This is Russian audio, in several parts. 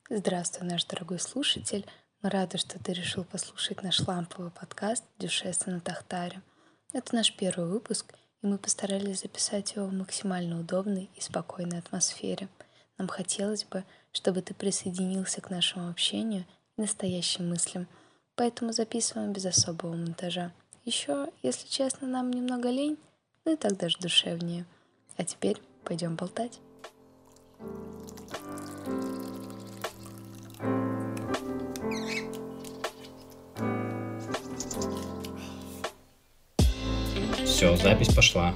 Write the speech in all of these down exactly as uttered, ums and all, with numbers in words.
Здравствуй, наш дорогой слушатель. Мы рады, что ты решил послушать наш ламповый подкаст «Дюшеса на Тахтаре». Это наш первый выпуск, и мы постарались записать его в максимально удобной и спокойной атмосфере. Нам хотелось бы, чтобы ты присоединился к нашему общению и настоящим мыслям, поэтому записываем без особого монтажа. Еще, если честно, нам немного лень, ну и так даже душевнее. А теперь пойдем болтать. Все, запись пошла.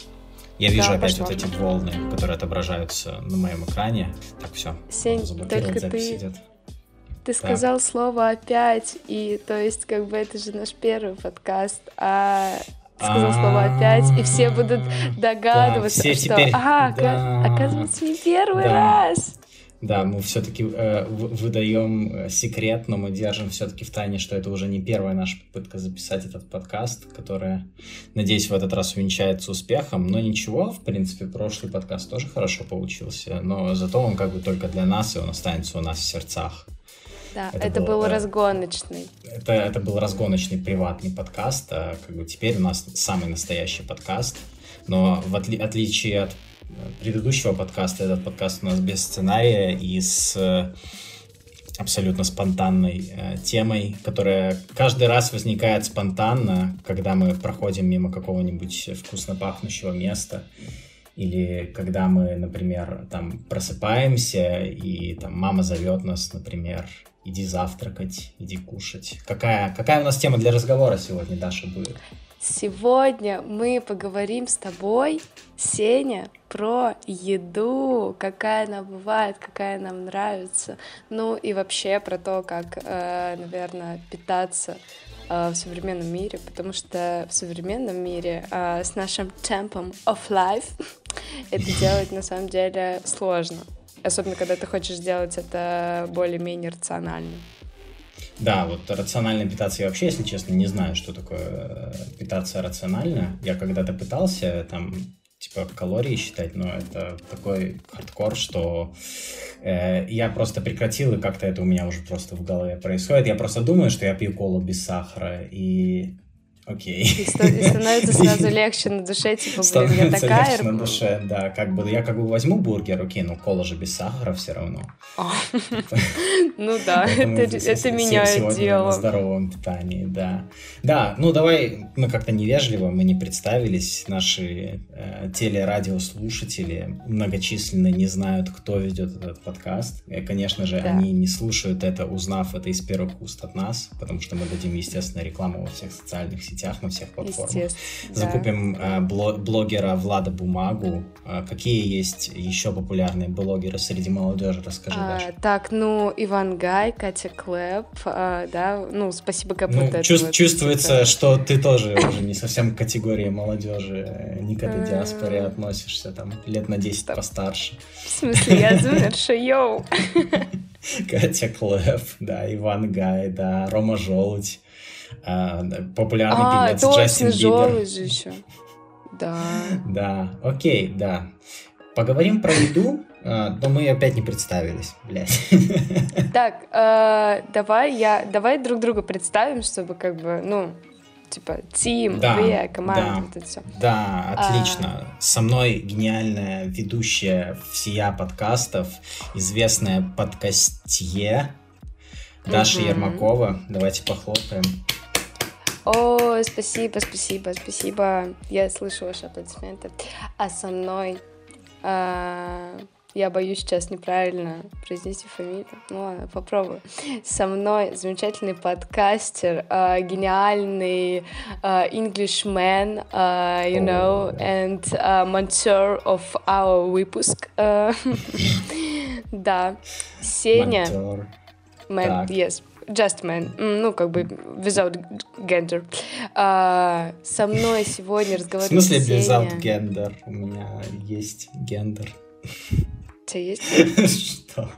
Я вижу Да, опять пошла. вот эти волны, которые отображаются на моем экране. Так, все. Сень, только запись ты, идет. ты сказал слово «опять», и то есть как бы это же наш первый подкаст, а ты сказал слово «опять», и все будут догадываться, все что теперь- «ага, да. ока- оказывается, не первый Да. раз». Да, мы все-таки э, в- выдаем э, секрет, но мы держим все-таки в тайне, что это уже не первая наша попытка записать этот подкаст, которая, надеюсь, в этот раз увенчается успехом. Но ничего, в принципе, прошлый подкаст тоже хорошо получился, но зато он как бы только для нас, и он останется у нас в сердцах. Да, Это это, был, был э, разгоночный. Это, это был разгоночный приватный подкаст, а как бы теперь у нас самый настоящий подкаст, но в отли- отличие от предыдущего подкаста, этот подкаст у нас без сценария и с э, абсолютно спонтанной э, темой, которая каждый раз возникает спонтанно, когда мы проходим мимо какого-нибудь вкусно пахнущего места, или когда мы, например, там просыпаемся, и там мама зовет нас, например, иди завтракать, иди кушать. Какая, какая у нас тема для разговора сегодня, Даша, будет? Сегодня мы поговорим с тобой, Сеня, про еду, какая она бывает, какая нам нравится, ну и вообще про то, как, э, наверное, питаться э, в современном мире, потому что в современном мире э, с нашим темпом of life это делать на самом деле сложно, особенно когда ты хочешь сделать это более-менее рационально. Да, вот рационально питаться я вообще, если честно, не знаю, что такое э, питаться рационально. Я когда-то пытался там типа калории считать, но это такой хардкор, что э, я просто прекратил, и как-то это у меня уже просто в голове происходит. Я просто думаю, что я пью колу без сахара, и окей. И, ста- и становится сразу легче на душе, типа, блин, я Становится такая... легче на душе, да, как бы я как бы возьму бургер, окей, но кола же без сахара все равно. А, Ну да, Поэтому это, здесь это се- меняет сегодня на дело. здоровом питании, да. Да, ну давай, мы как-то невежливо, мы не представились, наши э, телерадиослушатели многочисленные не знают, кто ведет этот подкаст. И, конечно же, Да. они не слушают это, узнав это из первых уст от нас, потому что мы дадим, естественно, рекламу во всех социальных сетях, на всех платформах. Естественно, да. Закупим э, бло- блогера Влада Бумагу. Э, какие есть еще популярные блогеры среди молодежи? Расскажи, А, Даша. так, ну, Иван Гай, Катя Клэп, а, да, ну, спасибо, как Ну, будто это чувс- вот, чувствуется, типа, что ты тоже уже не совсем к категории молодежи, э, не к этой диаспоре М. относишься, там, лет на десять Стоп. постарше. в смысле, я зумерша, йоу. Катя Клэп, да, Иван Гай, да, Рома Желудь, а, да, популярный А, певец точно, Джастин Бибер. Жолы же еще. Да. Да, окей, да. Поговорим про еду, а, но мы опять не представились, блядь. Так, э, давай я, давай друг друга представим, чтобы как бы, ну, типа, тим, Да, вы, команда, да. вот это все. Да, отлично. Со мной гениальная ведущая всея подкастов, известная подкастье Даша Мгм. Ермакова. Давайте похлопаем. О, спасибо, спасибо, спасибо. Я слышу ваши аплодисменты. А со мной, а, я боюсь сейчас неправильно произнести фамилию. Ну ладно, попробую. Со мной замечательный подкастер, а, гениальный а, Englishman, а, you know, О. and а, монтер of our выпуск. А, Да, Сеня. Монтер. Man, Так. yes, just man, М, ну, как бы, without gender. А, со мной сегодня В разговаривает смысле Сеня. without gender? У меня есть гендер. У тебя есть? Что?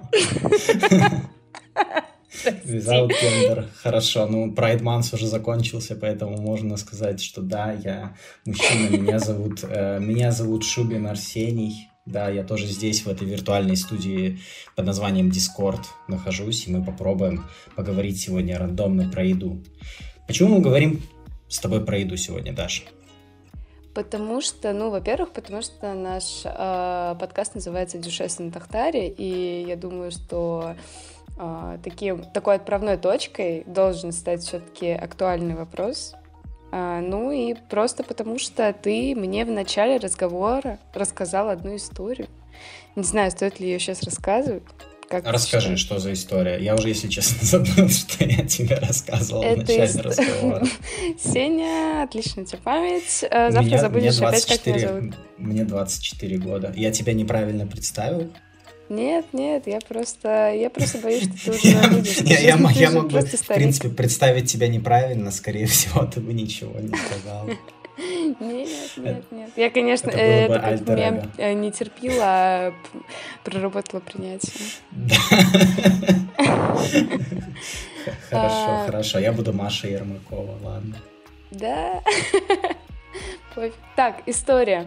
Without gender. Хорошо, ну Pride Month уже закончился, поэтому можно сказать, что да, я мужчина, меня зовут, э, меня зовут Шубин Арсений. Да, я тоже здесь, в этой виртуальной студии под названием Discord нахожусь, и мы попробуем поговорить сегодня рандомно про еду. Почему мы говорим с тобой про еду сегодня, Даша? Потому что, ну, во-первых, потому что наш э, подкаст называется «Дюшес на Тахтаре», и я думаю, что э, таким, такой отправной точкой должен стать все-таки актуальный вопрос. А, ну и просто потому, что ты мне в начале разговора рассказал одну историю. Не знаю, стоит ли ее сейчас рассказывать. Как Расскажи, что за история. Я уже, если честно, забыл, что я тебе рассказывал в начале ист... разговора. Сеня, отличная у тебя память. Завтра меня, забудешь опять, как меня зовут. Мне двадцать четыре года. Я тебя неправильно представил? Нет, нет, я просто, я просто боюсь, что ты уже забудешь. Я, я, я мог бы, в принципе, представить тебя неправильно, скорее всего, ты бы ничего не сказал. Нет, нет, нет. Я, конечно, это, это как мем не терпила, а проработала принятие. Хорошо, хорошо. Я буду Маша Ермакова, ладно. Да. Так, история.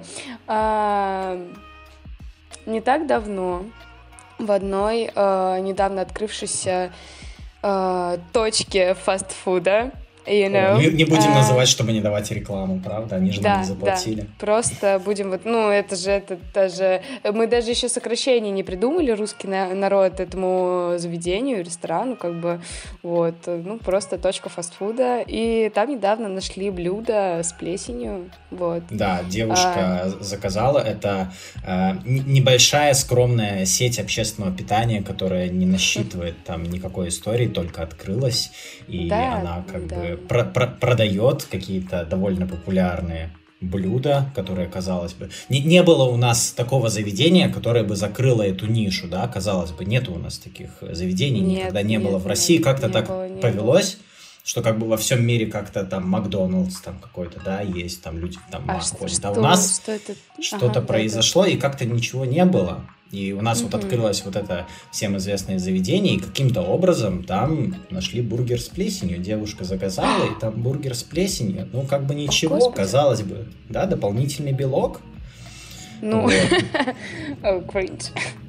Не так давно в одной недавно открывшейся точке фастфуда, You know, не, не будем uh, называть, чтобы не давать рекламу, правда? Они же да, нам не заплатили. Да, просто будем вот, ну, это же, это даже... Мы даже еще сокращение не придумали, русский народ, этому заведению, ресторану, как бы, вот, ну, просто точка фастфуда. И там недавно нашли блюдо с плесенью, вот. Да, девушка а... заказала. Это э, небольшая скромная сеть общественного питания, которая не насчитывает там никакой истории, только открылась, и да, она как да. бы Про- про- продает какие-то довольно популярные блюда, которые, казалось бы... Не, не было у нас такого заведения, которое бы закрыло эту нишу, да, казалось бы, нет у нас таких заведений, нет, никогда не нет, было в России, нет, как-то не так было, повелось, было. Что как бы во всем мире как-то там Макдональдс там какой-то, да, есть, там люди там а ходят, что, а у нас что это? что-то ага, произошло, да, и как-то ничего не было. И у нас mm-hmm. вот открылось вот это всем известное заведение, и каким-то образом там нашли бургер с плесенью. Девушка заказала, и там бургер с плесенью. Ну, как бы ничего, oh, казалось бы. Да, дополнительный белок. Ну, кринж.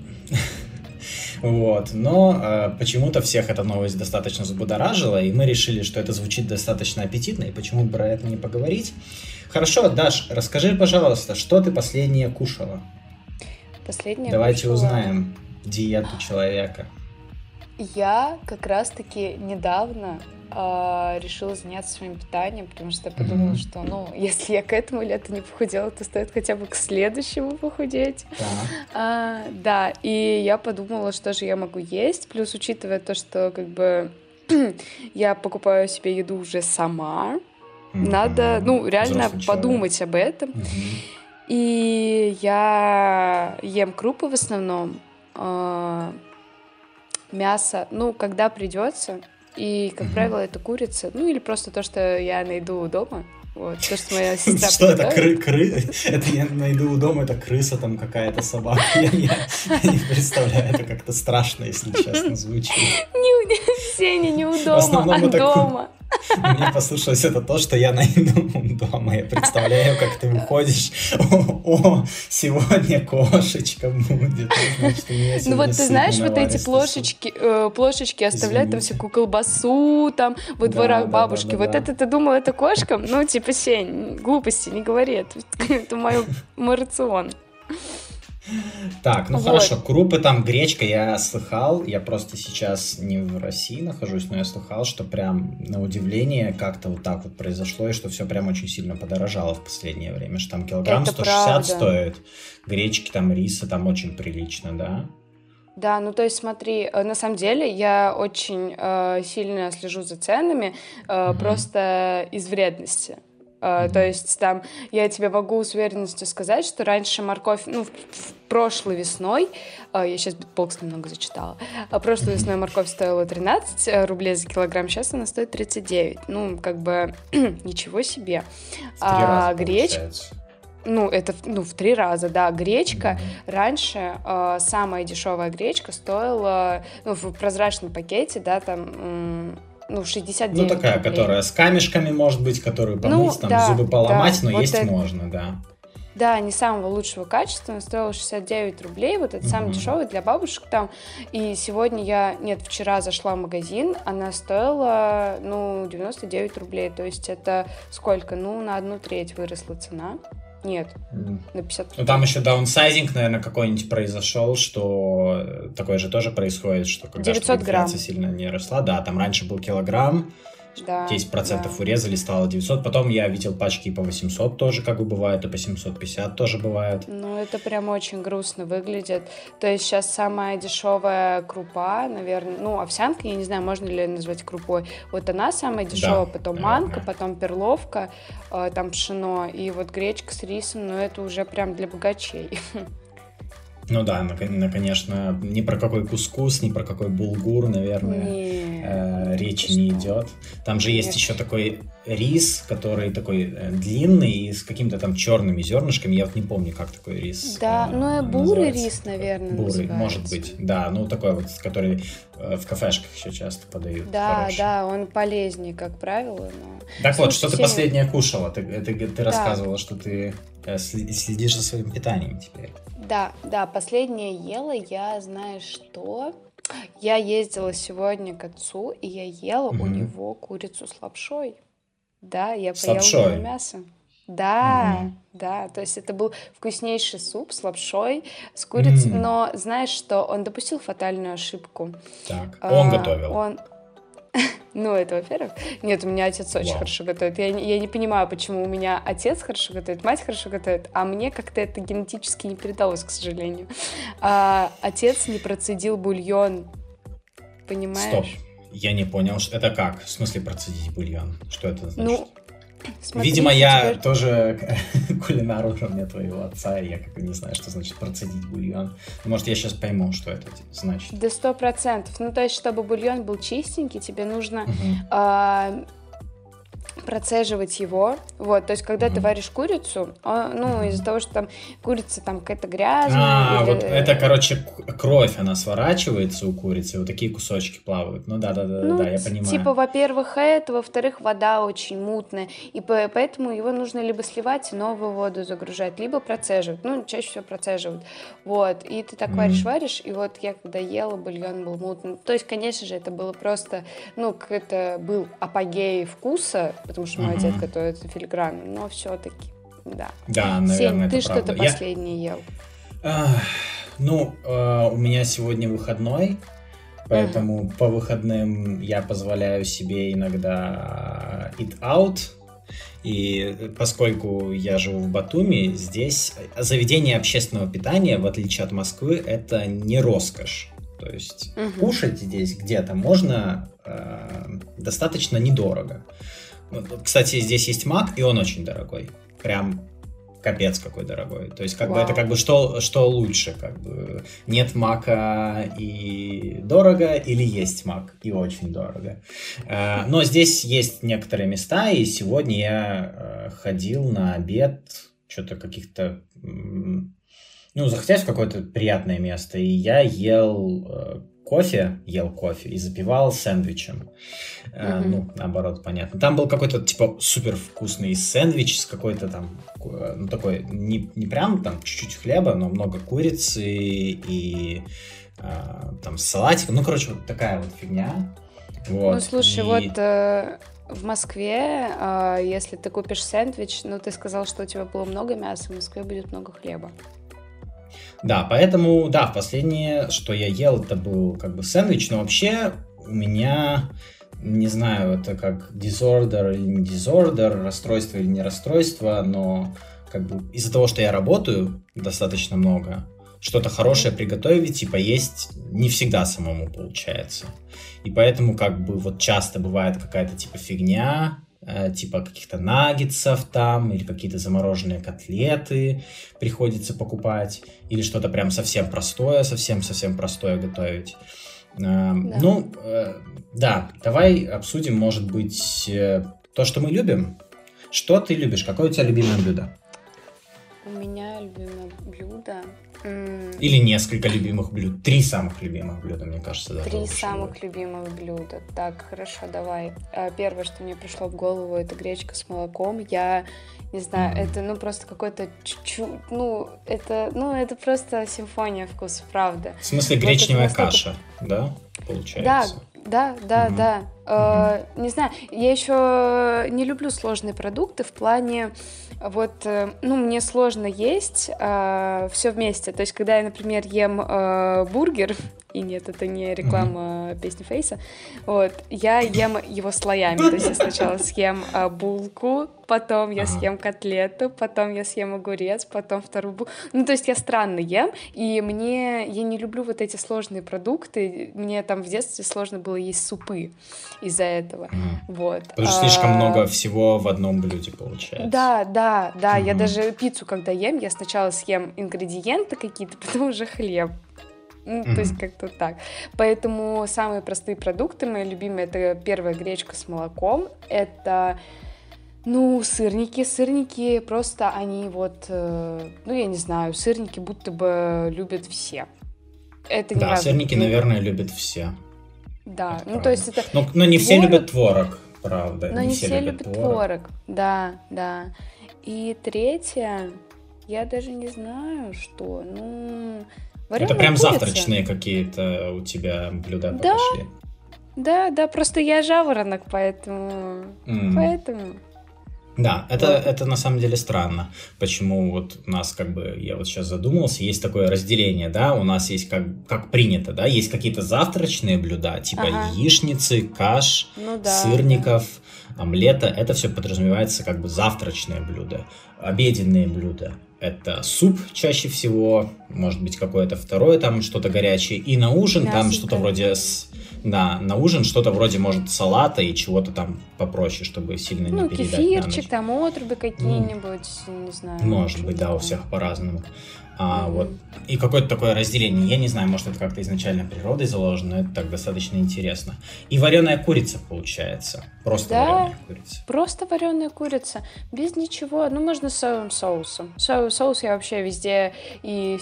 Вот, но э, почему-то всех эта новость достаточно взбудоражила, и мы решили, что это звучит достаточно аппетитно, и почему бы про это не поговорить. Хорошо, Даш, расскажи, пожалуйста, что ты последнее кушала? Последнее Давайте кушала... узнаем диету человека. Я как раз-таки недавно э, решила заняться своим питанием, потому что я подумала, mm-hmm. что, ну, если я к этому лету не похудела, то стоит хотя бы к следующему похудеть. Да. А, да, и я подумала, что же я могу есть, плюс учитывая то, что как бы я покупаю себе еду уже сама, mm-hmm. надо, ну, реально Взрослый подумать человек. Об этом. Mm-hmm. И я ем крупы в основном, э, мясо, ну, когда придется, и, как mm-hmm. правило, это курица, ну, или просто то, что я найду дома, вот, то, что моя сестра Что это, кры? Это я найду дома, это крыса там какая-то, собака, я не представляю, это как-то страшно, если честно, звучит. Сеня, не у дома, а дома. Мне послушалось это то, что я найду дома. Я представляю, как ты выходишь. О, о сегодня кошечка будет. Значит, у меня ну вот ты знаешь, вот эти плошечки, э, плошечки оставляют там всякую колбасу, там во да, дворах да, бабушки. Да, да, вот да. это ты думал, это кошкам? Ну, типа, Сень, глупости не говори. Это, это мой, мой рацион. Так, ну вот. Хорошо, крупы, там гречка, я слыхал, я просто сейчас не в России нахожусь, но я слыхал, что прям на удивление как-то вот так вот произошло, и что все прям очень сильно подорожало в последнее время, что там килограмм это сто шестьдесят правда. Стоит, гречки, там риса, там очень прилично, да? Да, ну то есть смотри, на самом деле я очень э, сильно слежу за ценами, э, mm-hmm. просто из вредности. Uh, mm-hmm. То есть там я тебе могу с уверенностью сказать, что раньше морковь, ну, в, в прошлой весной, uh, я сейчас битбокс немного зачитала, а прошлой mm-hmm. весной морковь стоила тринадцать рублей за килограмм, сейчас она стоит тридцать девять. Ну, как бы, ничего себе. А гречка... Ну, это ну, в три раза, да. Гречка. Mm-hmm. Раньше э, самая дешевая гречка стоила, ну, в прозрачном пакете, да, там... М- Ну, шестьдесят девять Ну, такая, рублей. Которая с камешками, может быть, которую помыть, ну, там, да, зубы поломать, да, но вот есть это... можно, да. Да, не самого лучшего качества, она стоила шестьдесят девять рублей, вот это mm-hmm. самый дешевый для бабушек там. И сегодня я, нет, вчера зашла в магазин, она стоила, ну, девяносто девять рублей, то есть это сколько? Ну, на одну треть выросла цена. Нет, mm. на пятьдесят рублей. Ну, там еще даунсайзинг, наверное, какой-нибудь произошел, что такое же тоже происходит, что когда инфляция сильно не росла, да, там раньше был килограмм, да, десять процентов да. урезали, стало девятьсот. Потом я видел пачки и по восемьсот тоже, как бы бывает, и по семьсот пятьдесят тоже бывает. Ну, это прям очень грустно выглядит. То есть сейчас самая дешевая крупа, наверное, ну, овсянка, я не знаю, можно ли назвать крупой. Вот она самая дешевая, да, потом наверное. манка, потом перловка, э, там пшено, и вот гречка с рисом, но это уже прям для богачей. Ну да, конечно, ни про какой кускус, ни про какой булгур, наверное, не, э, речи не идет. Там же есть Нет. еще такой рис, который такой длинный и с какими-то там черными зернышками. Я вот не помню, как такой рис. Да, э, ну и бурый рис, наверное, бурый, называется. Может быть, да, ну такой вот, который э, в кафешках еще часто подают. Да, хороший. да, он полезнее, как правило. Но... Так Слушай, вот, что ты все... последнее кушала? Ты, ты, ты да. рассказывала, что ты следишь за своим питанием теперь. Да, да, последнее ела я, знаешь что? Я ездила сегодня к отцу, и я ела mm-hmm. у него курицу с лапшой. Да, я с поела лапшой. у него мясо. Да, mm-hmm. да, то есть это был вкуснейший суп с лапшой, с курицей, mm-hmm. но знаешь что, он допустил фатальную ошибку. Так, он а, готовил? Он... Ну, это во-первых. Нет, у меня отец очень wow. хорошо готовит. Я, я не понимаю, почему у меня отец хорошо готовит, мать хорошо готовит, а мне как-то это генетически не передалось, к сожалению. А, отец не процедил бульон. Понимаешь? Стоп. Я не понял. Это как? В смысле процедить бульон? Что это значит? Ну, смотри, видимо, я теперь... тоже кулинар уровня твоего отца, и я как бы не знаю, что значит процедить бульон. Может, я сейчас пойму, что это значит. Да сто процентов. Ну, то есть, чтобы бульон был чистенький, тебе нужно uh-huh. а, процеживать его. Вот, то есть, когда uh-huh. ты варишь курицу, он, ну, uh-huh. из-за того, что там курица там какая-то грязная. А, или... вот это, короче, кровь, она сворачивается у курицы, вот такие кусочки плавают. Ну да, да, да, ну, да, я понимаю. Типа, во-первых, это, во-вторых, вода очень мутная, и поэтому его нужно либо сливать и новую воду загружать, либо процеживать. Ну, чаще всего процеживать. Вот, и ты так mm-hmm. варишь-варишь, и вот я когда ела, бульон был мутный. То есть, конечно же, это было просто, ну, какой-то был апогей вкуса, потому что мой mm-hmm. отец готовит филигранно, но все-таки, да. Да, наверное, Сень, это ты правда. что-то Я... последнее ел? А, ну, э, у меня сегодня выходной, поэтому uh-huh. по выходным я позволяю себе иногда eat out. И поскольку я живу в Батуми, здесь заведение общественного питания, в отличие от Москвы, это не роскошь. То есть uh-huh. кушать здесь где-то можно э, достаточно недорого. Кстати, здесь есть Мак, и он очень дорогой. Прям капец какой дорогой. То есть как wow. бы это как бы что, что лучше? Как бы нет Мака и дорого, или есть Мак и очень дорого. Uh, но здесь есть некоторые места, и сегодня я uh, ходил на обед что-то каких-то... Ну, захотелось в какое-то приятное место, и я ел э, кофе, ел кофе и запивал сэндвичем. Э, mm-hmm. Ну, наоборот, понятно. Там был какой-то, типа, супер вкусный сэндвич с какой-то там, ну, такой, не, не прям там чуть-чуть хлеба, но много курицы и э, там с салатиком. Ну, короче, вот такая вот фигня. Вот. Ну, слушай, и... вот... Э... В Москве, э, если ты купишь сэндвич, ну, ты сказал, что у тебя было много мяса, в Москве будет много хлеба. Да, поэтому, да, в последнее, что я ел, это был как бы сэндвич, но вообще у меня, не знаю, это как disorder или не disorder, расстройство или не расстройство, но как бы из-за того, что я работаю достаточно много, что-то хорошее приготовить и поесть не всегда самому получается. И поэтому как бы вот часто бывает какая-то типа фигня, э, типа каких-то наггетсов там, или какие-то замороженные котлеты приходится покупать, или что-то прям совсем простое, совсем-совсем простое готовить. Э, да. Ну, э, да, давай обсудим, может быть, э, то, что мы любим. Что ты любишь? Какое у тебя любимое блюдо? У меня любимое блюдо. Или несколько любимых блюд. Три самых любимых блюда, мне кажется. Даже Три самых любимых блюда. Так, хорошо, давай. Первое, что мне пришло в голову, это гречка с молоком. Я не знаю, mm-hmm. это ну просто какой-то чуть-чуть, ну это, ну это просто симфония вкуса, правда. В смысле гречневая вот каша, да, получается? Да. Да, да, mm-hmm. да. Mm-hmm. Э, не знаю, я еще не люблю сложные продукты в плане, вот, э, ну, мне сложно есть э, все вместе. То есть, когда я, например, ем э, бургер, и нет, это не реклама mm-hmm. песни Фейса, вот, я ем его слоями. То есть, я сначала съем э, булку, потом я uh-huh. съем котлету, потом я съем огурец, потом вторую булку. Ну, то есть, я странно ем, и мне, я не люблю вот эти сложные продукты. Мне там в детстве сложно было есть супы из-за этого. Mm. Вот. Потому что слишком а... много всего в одном блюде получается. Да, да, да. Mm-hmm. Я даже пиццу, когда ем, я сначала съем ингредиенты какие-то, потом уже хлеб. Ну, mm-hmm. То есть как-то так. Поэтому самые простые продукты, мои любимые, это первая гречка с молоком, это, ну, сырники. Сырники просто они вот, э, ну, я не знаю, сырники будто бы любят все. Это да, разу... сырники, наверное, любят все. Да, это ну правда. То есть это... Но, но не все творог... любят творог, правда. Но не, не все, все любят любят творог. творог, да, да. И третье, я даже не знаю, что, ну... Это прям курица. Завтрачные какие-то у тебя блюда да, пошли. Да, да, просто я жаворонок, поэтому... Mm. поэтому... Да, это, вот. это на самом деле странно. Почему вот у нас как бы, я вот сейчас задумался, есть такое разделение, да, у нас есть как, как принято, да, есть какие-то завтрачные блюда, типа ага. яичницы, каш, ну, да, сырников, да. омлета, это все подразумевается как бы завтрачные блюда. Обеденные блюда — это суп чаще всего, может быть какое-то второе там что-то горячее, и на ужин Мясо, там что-то да. вроде... С... Да, на ужин что-то вроде, может, салата и чего-то там попроще, чтобы сильно ну, не передать. Ну, кефирчик, там отруби какие-нибудь, ну, не знаю. Может быть, да, у всех по-разному. А, mm-hmm. вот. И какое-то такое разделение. Я не знаю, может, это как-то изначально природой заложено, но это так достаточно интересно. И вареная курица получается. Просто да, вареная курица. Просто вареная курица. Без ничего. Ну, можно с соевым соусом. Соевый соус я вообще везде и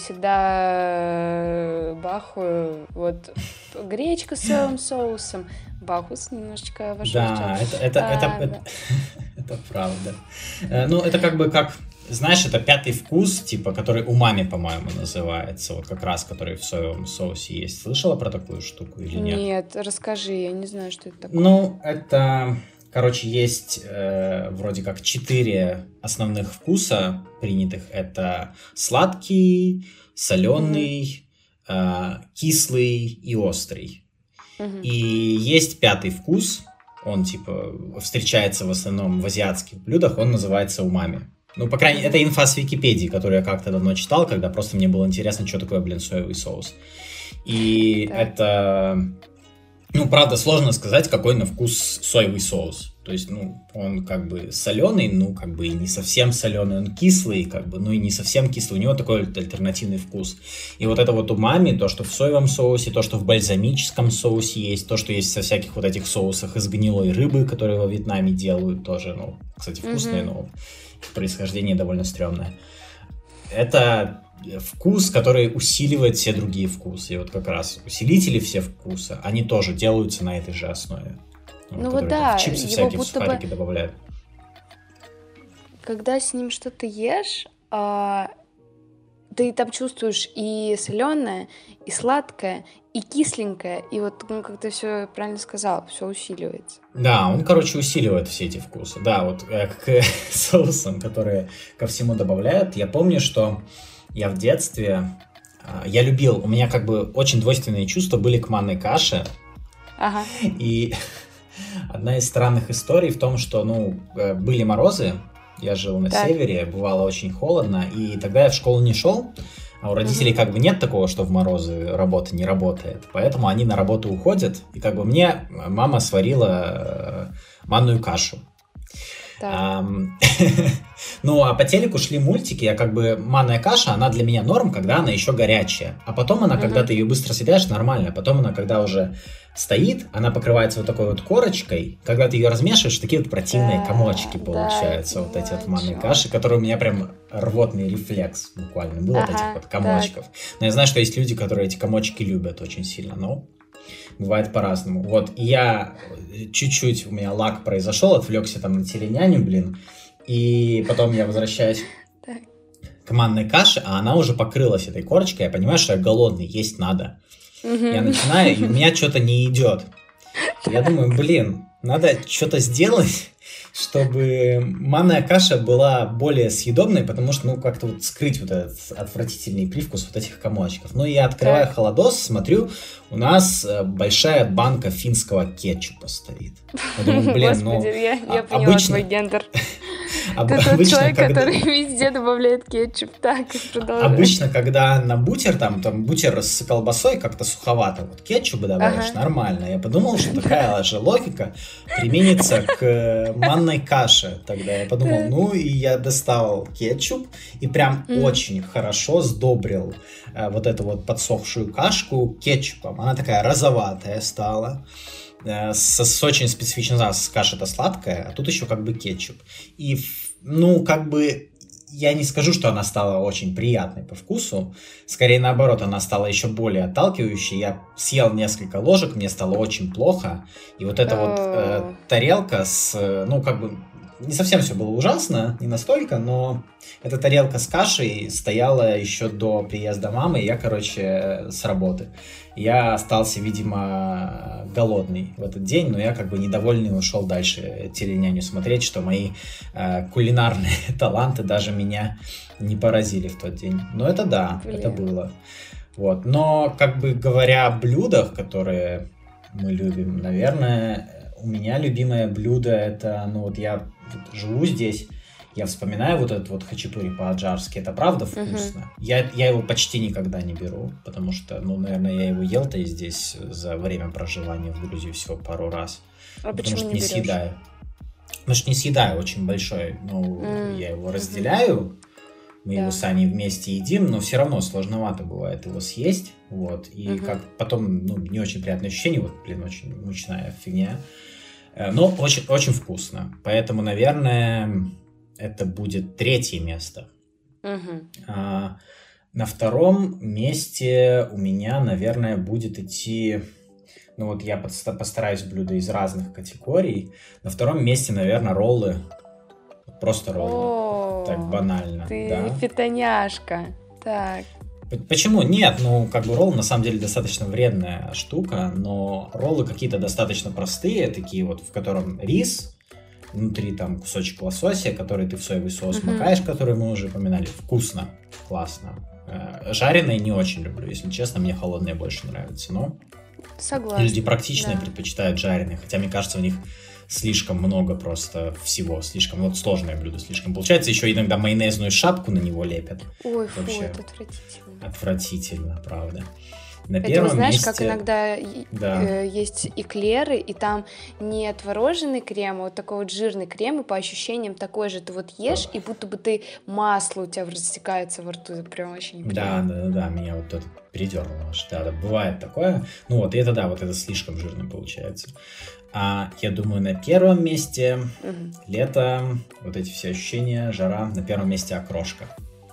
всегда бахаю. Вот гречка с соевым соусом. Бахус немножечко вошел. Да, это, это, а, это, да. это, это правда. Ну, это как бы как... Знаешь, это пятый вкус, типа, который умами, по-моему, называется. Вот как раз, который в соевом соусе есть. Слышала про такую штуку или нет? Нет, расскажи, я не знаю, что это такое. Ну, это, короче, есть э, вроде как четыре основных вкуса принятых. Это сладкий, соленый, mm-hmm. э, кислый и острый. Mm-hmm. И есть пятый вкус, он, типа, встречается в основном в азиатских блюдах, он называется умами. Ну, по крайней мере, это инфа с Википедии, которую я как-то давно читал, когда просто мне было интересно, что такое, блин, соевый соус. И да. это... Ну, правда, сложно сказать, какой на вкус соевый соус. То есть, ну, он как бы соленый, ну, как бы и не совсем соленый, он кислый, как бы, ну, и не совсем кислый. У него такой альтернативный вкус. И вот это вот умами, то, что в соевом соусе, то, что в бальзамическом соусе есть, то, что есть со всяких вот этих соусах из гнилой рыбы, которые во Вьетнаме делают, тоже, ну, кстати, вкусные, mm-hmm. но... происхождение довольно стрёмное. Это вкус, который усиливает все другие вкусы. И вот как раз усилители все вкуса, они тоже делаются на этой же основе. Ну вот да, в чипсы всякие, в сухарики бы... добавляют. Когда с ним что-то ешь, а... ты там чувствуешь и соленое, и сладкое, и кисленькое, и вот, ну, как ты все правильно сказал, все усиливается. Да, он, короче, усиливает все эти вкусы. Да, вот э, к соусам, которые ко всему добавляют. Я помню, что я в детстве, э, я любил, у меня как бы очень двойственные чувства были к манной каше. Ага. И одна из странных историй в том, что, ну, были морозы, я жил на так. севере, бывало очень холодно, и тогда я в школу не шел, а у родителей mm-hmm. как бы нет такого, что в морозы работа не работает, поэтому они на работу уходят, и как бы мне мама сварила манную кашу. Так. Ну, а по телеку шли мультики, я как бы... Манная каша, она для меня норм, когда она еще горячая. А потом она, когда Мгм. ты ее быстро съедаешь, нормально. Потом она, когда уже стоит, она покрывается вот такой вот корочкой. Когда ты ее размешиваешь, такие вот противные Да, комочки да, получаются. я Вот эти вот понимаю, о манной чем. каши, которые у меня прям рвотный рефлекс буквально был от этих Ага, вот так. комочков. Но я знаю, что есть люди, которые эти комочки любят очень сильно, но бывает по-разному. Вот, и я чуть-чуть, у меня лаг произошел, отвлекся там на теленяню, блин, и потом я возвращаюсь Так. к манной каше, а она уже покрылась этой корочкой, я понимаю, что я голодный, есть надо. Я Мгм. начинаю, и у меня что-то не идет. Я думаю, блин, надо что-то сделать, чтобы манная каша была более съедобной, потому что, ну, как-то вот скрыть вот этот отвратительный привкус вот этих комочков. Ну, я открываю Так. холодос, смотрю, у нас э, большая банка финского кетчупа стоит. Я думаю, блин, Господи, ну, я, а- я поняла твой обычно, гендер. об- Ты тот обычно, человек, когда... который везде добавляет кетчуп. Так, продолжай. Обычно, когда на бутер, там, там бутер с колбасой как-то суховато, вот кетчуп добавишь, Ага. нормально. Я подумал, что такая же логика применится к э, манной каше. Тогда я подумал, Так. ну и я достал кетчуп и прям М. очень хорошо сдобрил э, вот эту вот подсохшую кашку кетчупом. Она такая розоватая стала. Э, С, с очень специфичным запахом. Каша-то сладкая, а тут еще как бы кетчуп. И, в- ну, как бы я не скажу, что она стала очень приятной по вкусу. Скорее наоборот, она стала еще более отталкивающей. Я съел несколько ложек, мне стало очень плохо. И вот эта вот э, О. тарелка с, э, ну как бы, не совсем все было ужасно, не настолько, но эта тарелка с кашей стояла еще до приезда мамы, и я, короче, э, с работы. Я остался, видимо, голодный в этот день, но я как бы недовольный ушел дальше теленяню смотреть, что мои э, кулинарные таланты даже меня не поразили в тот день. Но это да, это Блин. было. Вот. Но, как бы говоря о блюдах, которые мы любим, наверное, у меня любимое блюдо это, ну вот я вот живу здесь, я вспоминаю вот этот вот хачапури по-аджарски, это правда Мгм. вкусно. Я, я его почти никогда не беру, потому что, ну, наверное, я его ел-то и здесь за время проживания в Грузии всего пару раз, А потому почему что не не берешь? съедаю. Потому что не съедаю очень большой, ну, М, я его мгм. разделяю, мы его Да. с Аней вместе едим, но все равно сложновато бывает его съесть, вот, и Мгм. как потом, ну, не очень приятное ощущение, вот, блин, очень мучная фигня, Э, но очень, очень вкусно, поэтому, наверное, это будет третье место. Мгм. А, на втором месте у меня, наверное, будет идти, ну вот я подста- постараюсь блюда из разных категорий, на втором месте, наверное, роллы, просто роллы, так О, банально, ты да. фитоняшка. Так. П- Почему? Нет, ну, как бы ролл на самом деле достаточно вредная штука, но роллы какие-то достаточно простые, такие вот, в котором рис, внутри там кусочек лосося, который ты в соевый соус Мгм. макаешь, который мы уже упоминали. Вкусно, классно. Э, Жареные не очень люблю, если честно, мне холодные больше нравятся, но Согласна. люди практичные Да. предпочитают жареные, хотя мне кажется, у них слишком много просто всего, слишком, вот сложное блюдо слишком. Получается, еще иногда майонезную шапку на него лепят. Ой, фу, Вообще это отвратительно. отвратительно, правда. На Это вот первом знаешь, месте... как иногда и- Да. э, есть эклеры, и там не творожный крем, а вот такой вот жирный крем, и по ощущениям такой же ты вот ешь, и будто бы ты масло у тебя растекается во рту, это прям очень Да, неприятно. да, да, да, меня вот это передернуло аж. Да, да, бывает такое. Ну вот, и это да, вот это слишком жирно получается. А я думаю, на первом месте Мгм. лето, вот эти все ощущения, жара, на первом месте окрошка.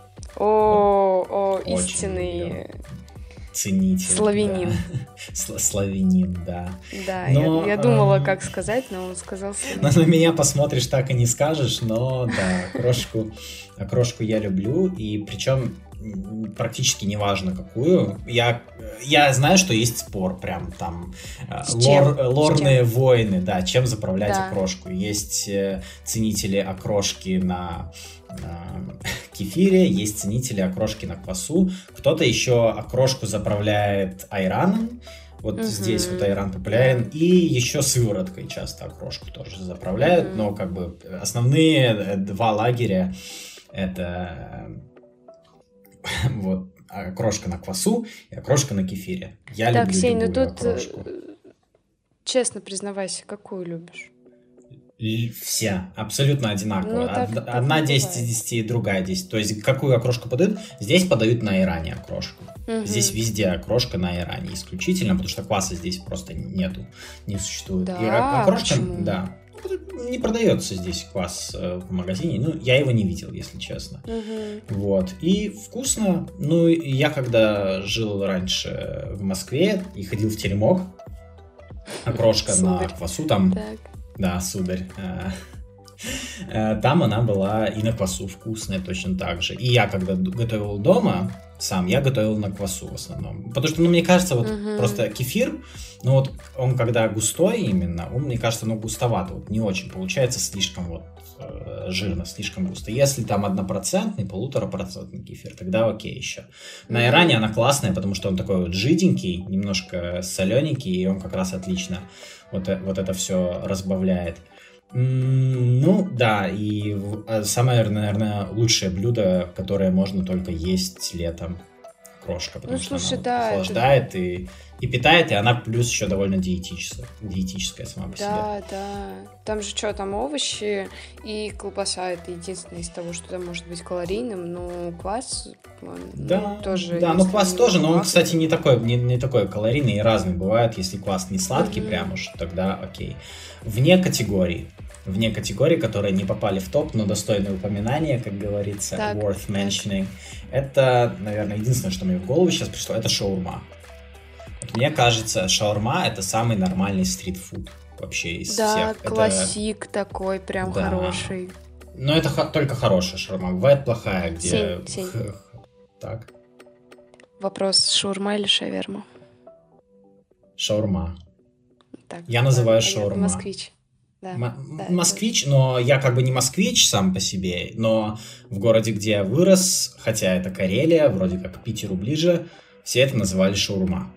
О, о, Очень истинный, люблю. Ценитель. славянин. Да. Сла- Славянин, да. Да, Но, я, я думала, эм, как сказать, но он сказал Но славянин. на меня посмотришь, так и не скажешь, но да, окрошку, окрошку я люблю, и причем м, практически неважно какую. Я, я знаю, что есть спор, прям там э, С лор- чем? С лорные чем? войны, да, чем заправлять Да. окрошку. Есть э, ценители окрошки на э, кефире, есть ценители окрошки на квасу. Кто-то еще окрошку заправляет айраном. Вот Мгм. здесь вот айран популярен. И еще сывороткой часто окрошку тоже заправляют. Мгм. Но как бы основные э, два лагеря это э, вот окрошка на квасу и окрошка на кефире. Я Так, люблю Сень, ну любую тут, э, окрошку. честно признавайся, какую любишь? И все одинаково. одинаково. Ну, так- Од- так Одна не десять из бывает. десяти, другая десять. То есть какую окрошку подают? Здесь подают на айране окрошку. Мгм. Здесь везде окрошка на айране исключительно, потому что кваса здесь просто нету, не существует. Да, И о- окрошка, почему? да, не продается здесь квас э, в магазине. Ну, я его не видел, если честно. Мгм. Вот. И вкусно. Ну, и я когда жил раньше в Москве и ходил в теремок, окрошка на Сударь. квасу там... Так. Да, сударь. Э, э, Там она была и на квасу вкусная точно так же. И я, когда д- готовил дома сам, я готовил на квасу в основном. Потому что, ну, мне кажется, вот Мгм. просто кефир, ну, вот он когда густой именно, он, мне кажется, ну, густовато. Вот не очень получается, слишком вот э, жирно, слишком густо. Если там однопроцентный, полуторапроцентный кефир, тогда окей еще. На Мгм. айране она классная, потому что он такой вот жиденький, немножко солененький, и он как раз отлично вот, э- вот это все разбавляет. М, Ну, да, и в- а самое, наверное, лучшее блюдо, которое можно только есть летом. Крошка, потому Ну, что слушай, она вот да, это- охлаждает и, и питает, и она плюс еще довольно диетическая, диетическая сама по себе. Да, да. Там же что, там овощи и колбаса. Это единственное из того, что там может быть калорийным. Но квас, он, ну, Да, тоже. да, ну если квас не тоже, но он, масло. кстати, не такой, не, не такой калорийный и разный бывает. Если квас не сладкий Мгм. прям уж, тогда окей. Вне категории, вне категории, которые не попали в топ, но достойны упоминания, как говорится, Так, worth так. mentioning. Это, наверное, единственное, что мне в голову сейчас пришло, это шаурма. Вот мне кажется, шаурма это самый нормальный стритфуд вообще из Да, всех. Это- классик такой, прям Да. хороший. Но это ха- только хорошая шаурма. Бывает плохая, где... Сень, Сень. х- х- Так, Вопрос: шаурма или шаверма? шаурма. Так, Я называю ладно, понятно, шаурма. Москвич. Да. М- да, это- москвич, но я как бы не москвич сам по себе, но в городе, где я вырос, хотя это Карелия, вроде как к Питеру ближе, все это называли шаурма.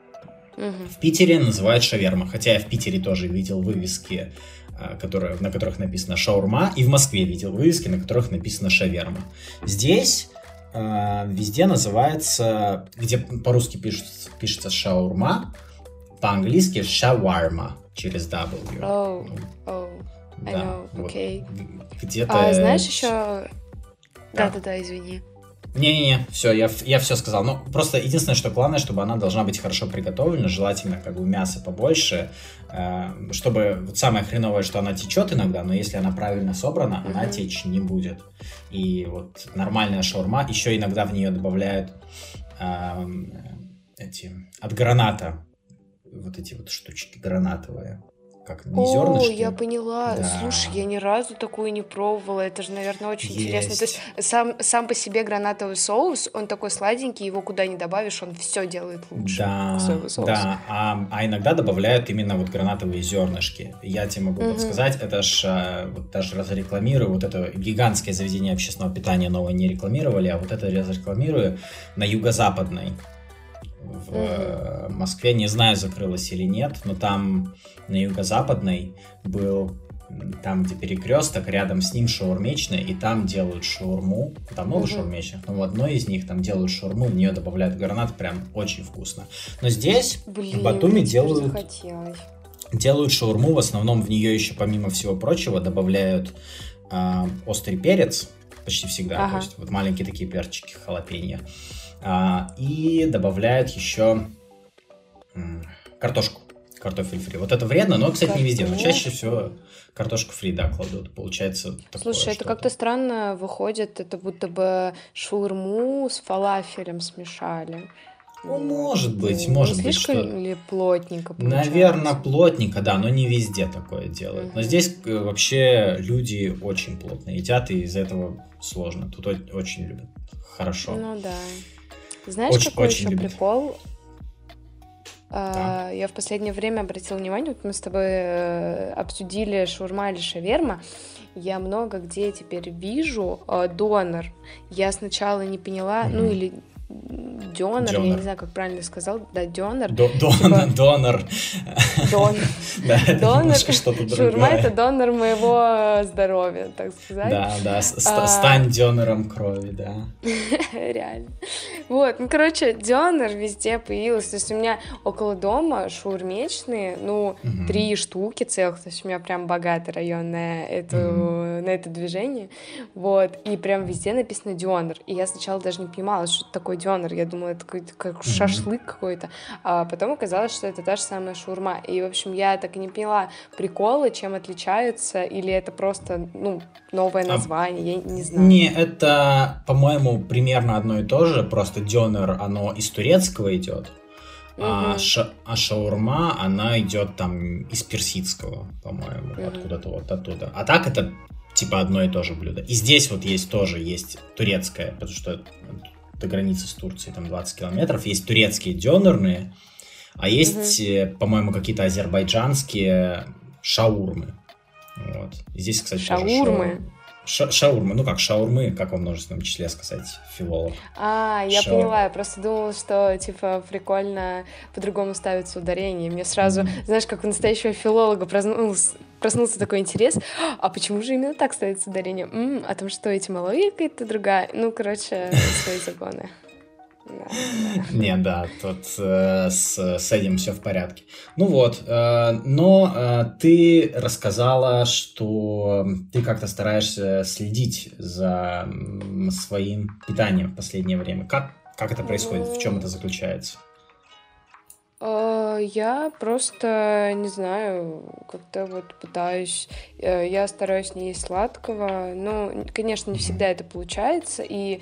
Мгм. В Питере называют шаверма, хотя я в Питере тоже видел вывески, а, которые, на которых написано шаурма, и в Москве видел вывески, на которых написано шаверма. Здесь а, везде называется, где по-русски пишется, пишется шаурма, по-английски шаварма через W. Оу, Ну, оу, I да, know, вот. окей. Где-то... А знаешь еще... Да. Да-да-да, извини. Не-не-не, все, я, я все сказал. Ну, просто единственное, что главное, чтобы она должна быть хорошо приготовлена, желательно как бы мяса побольше, э, чтобы вот самое хреновое, что она течет иногда, но если она правильно собрана, она Мгм. течь не будет. И вот нормальная шаурма, еще иногда в нее добавляют э, эти от граната, вот эти вот штучки гранатовые, как не О, зернышки. я поняла. Да. Слушай, я ни разу такую не пробовала. Это же, наверное, очень интересно. То есть Есть. сам, сам по себе гранатовый соус, он такой сладенький, его куда ни добавишь, он все делает лучше. Да, Соевый соус. да, а, а иногда добавляют именно вот гранатовые зернышки. Я тебе могу Мгм. подсказать, это ж, а, вот даже разрекламирую, вот это гигантское заведение общественного питания новое не рекламировали, а вот это разрекламирую на Юго-Западной в э, Москве. Не знаю, закрылось или нет, но там на Юго-Западной был м, там, где перекресток, рядом с ним шаурмечная, и там делают шаурму. Там много Мгм. шаурмечных, но в одной из них там делают шаурму, в нее добавляют гранат, прям очень вкусно. Но здесь Блин, в Батуми мне теперь делают, захотелось. делают шаурму, в основном в нее еще, помимо всего прочего, добавляют а, острый перец, почти всегда, Ага. то есть вот маленькие такие перчики, халапеньо. А, и добавляют еще м, картошку, картофель фри. Вот это вредно, но, кстати, не везде, но чаще Картошку? всего картошку фри, да, кладут. Получается такое Слушай, это что-то. как-то странно выходит, это будто бы шаурму с фалафелем смешали. Ну, может быть, Не может быть, слишком что... ли плотненько получается? Наверное, плотненько, да, но не везде такое делают. Но Мгм. здесь э, вообще люди очень плотно едят, и из-за этого сложно. Тут о- очень любят. Хорошо. Ну да. Знаешь, Очень- какой очень еще любят. прикол? А, я в последнее время обратила внимание, вот мы с тобой э, обсудили шаурма или шаверма. Я много где теперь вижу э, донор. Я сначала не поняла, ну Мгм. или дёнер, я не знаю, как правильно сказал, да, дёнер. До, типа... Донор. Донор. Да, это донор. что-то другое. Шаурма — это донор моего здоровья, так сказать. Да, да, стань донором крови, да. Реально. Вот, ну, короче, дёнер везде появился. То есть у меня около дома шаурмечные, ну, угу. три штуки целых. То есть у меня прям богатый район на, эту, угу. на это движение. Вот, и прям везде написано дёнер. И я сначала даже не понимала, что это такое дёнер. Я думала, это какой-то как mm-hmm. шашлык какой-то. А потом оказалось, что это та же самая шаурма. И, в общем, я так и не поняла приколы, чем отличаются, или это просто, ну, новое название, а... я не знаю. Не, это, по-моему, примерно одно и то же, просто дёнер, оно из турецкого идет, mm-hmm. а, ша- а шаурма, она идет там из персидского, по-моему, mm-hmm. откуда-то вот оттуда. А так это типа одно и то же блюдо. И здесь вот есть тоже, есть турецкое, потому что до границы с Турцией там двадцать километров, есть турецкие дёнерные, а есть, mm-hmm. по-моему, какие-то азербайджанские шаурмы. Вот. И здесь, кстати, шаурмы? Тоже Ша- шаурмы, ну как шаурмы, как во множественном числе сказать, филолог. А, я Шаур... поняла, я просто думала, что, типа, прикольно по-другому ставится ударение. Мне сразу, mm-hmm. знаешь, как у настоящего филолога проснулся, проснулся такой интерес, а почему же именно так ставится ударение? М-м, о том, что этимология какая-то другая. Ну, короче, свои законы. Не, да, тут э, с, с этим все в порядке. Ну вот, э, но э, ты рассказала, что ты как-то стараешься следить за своим питанием в последнее время. Как, как это происходит? В чем это заключается? Я просто, не знаю, как-то вот пытаюсь, я стараюсь не есть сладкого, но, конечно, не всегда это получается, и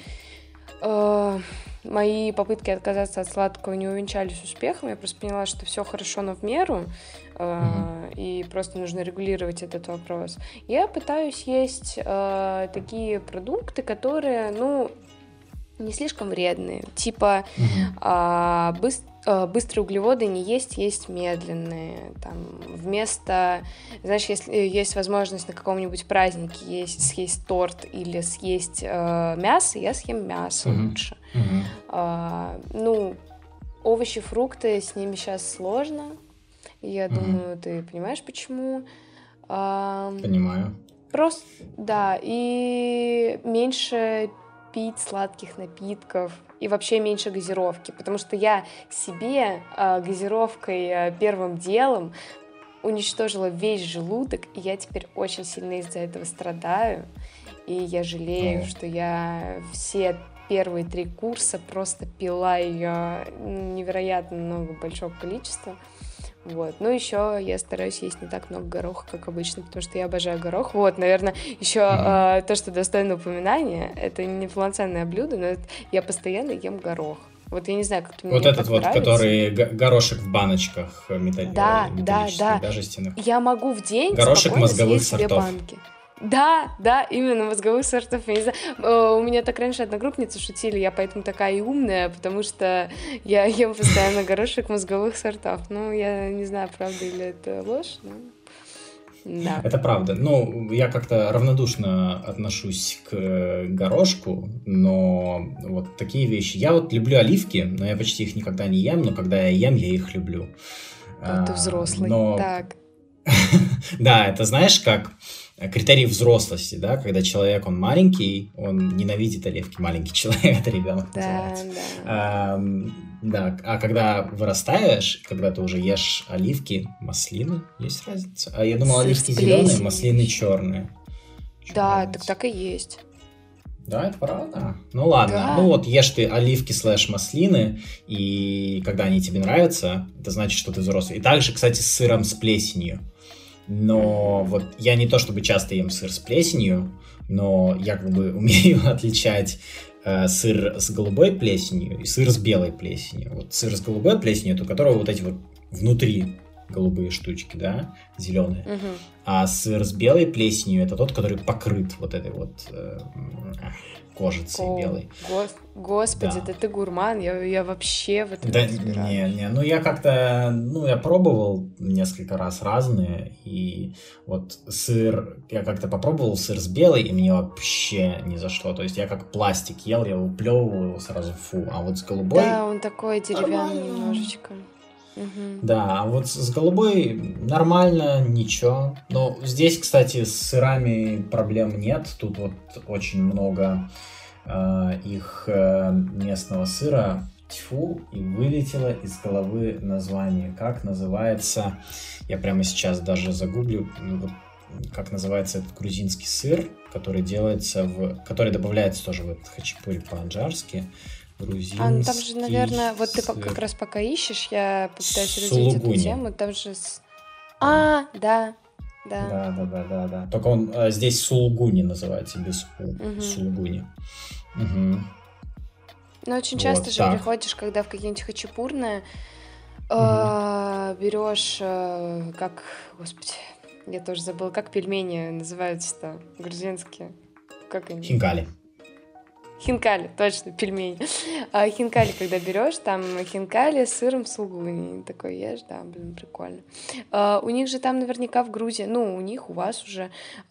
э, мои попытки отказаться от сладкого не увенчались успехом, я просто поняла, что все хорошо, но в меру, э, mm-hmm. и просто нужно регулировать этот вопрос. Я пытаюсь есть э, такие продукты, которые, ну, не слишком вредные, типа mm-hmm. э, быстро быстрые углеводы не есть, есть медленные. Там, вместо, знаешь, если есть возможность на каком-нибудь празднике есть, съесть торт или съесть э, мясо, я съем мясо mm-hmm. лучше. Mm-hmm. А, ну, овощи, фрукты, с ними сейчас сложно. Я mm-hmm. думаю, ты понимаешь, почему. А, Понимаю. Просто, да, и меньше пить сладких напитков, и вообще меньше газировки, потому что я себе э, газировкой э, первым делом уничтожила весь желудок, и я теперь очень сильно из-за этого страдаю, и я жалею, mm. что я все первые три курса просто пила ее невероятно много, большого количества. Вот. Ну, еще я стараюсь есть не так много гороха, как обычно, потому что я обожаю горох. Вот, наверное, еще mm-hmm. э, то, что достойно упоминания, это не полноценное блюдо, но это, я постоянно ем горох. Вот я не знаю, как ты мне Вот этот вот, нравится. Который горошек в баночках металл... да, металлических, да, да, жестяных. Я могу в день горошек спокойно мозговых съесть две сортов. банки. Да, да, именно мозговых сортов. Я не знаю, у меня так раньше одногруппницы шутили, я поэтому такая и умная, потому что я ем постоянно горошек мозговых сортов. Ну, я не знаю, правда или это ложь, но... Да. Это правда. Ну, я как-то равнодушно отношусь к горошку, но вот такие вещи. Я вот люблю оливки, но я почти их никогда не ем, но когда я ем, я их люблю. Вот ты взрослый. Но... Так. Да, это знаешь, как критерий взрослости, да, когда человек, он маленький, он ненавидит оливки, маленький человек, это ребенок да, называется. Да. А, да, а когда вырастаешь, когда ты уже ешь оливки, маслины, есть разница? А я думал, оливки зеленые, маслины черные. Да, разница? Так так и есть. Да, это правда. Ну ладно, да. Ну вот ешь ты оливки слэш маслины, и когда они тебе нравятся, это значит, что ты взрослый. И также, кстати, с сыром с плесенью. Но вот я не то чтобы часто ем сыр с плесенью, но я как бы умею отличать э, сыр с голубой плесенью и сыр с белой плесенью. Вот сыр с голубой плесенью, это у которого вот эти вот внутри голубые штучки, да, зеленые. Мгм. А сыр с белой плесенью это тот, который покрыт вот этой вот э, кожицей О, белой. гос- Господи, Да. да ты гурман, я, я вообще в этом Да, не разбираюсь. не, не, ну я как-то, ну я пробовал несколько раз разные, и вот сыр, я как-то попробовал сыр с белой, и мне вообще не зашло, то есть я как пластик ел, я уплевывал его сразу, фу, а вот с голубой Да, он такой деревянный нормально. немножечко. Мгм. Да, а вот с голубой нормально, ничего. Но здесь, кстати, с сырами проблем нет. Тут вот очень много э, их э, местного сыра. Тьфу, и вылетело из головы название. Как называется? Я прямо сейчас даже загуглю. Вот, как называется этот грузинский сыр, который делается в... который добавляется тоже в этот хачапури по-аджарски. Грузинский А, ну там же, наверное, вот ты по- как сыр. раз пока ищешь, я попытаюсь развить эту Сулугуни. тему. Там же... с- А, да, да. Да, да, да, да, да. Только он а, здесь сулугуни называется, без у. Мгм. Сулугуни. Мгм. Но очень часто Вот же так. приходишь, когда в какие-нибудь хачапурные, Мгм. берешь, как, господи, я тоже забыла, как пельмени называются-то грузинские. Как они? Хинкали. Хинкали, точно, пельмени. А хинкали, когда берешь, там хинкали с сыром сулугуни. Такой ешь, да, блин, прикольно. А, у них же там наверняка в Грузии, ну, у них, у вас уже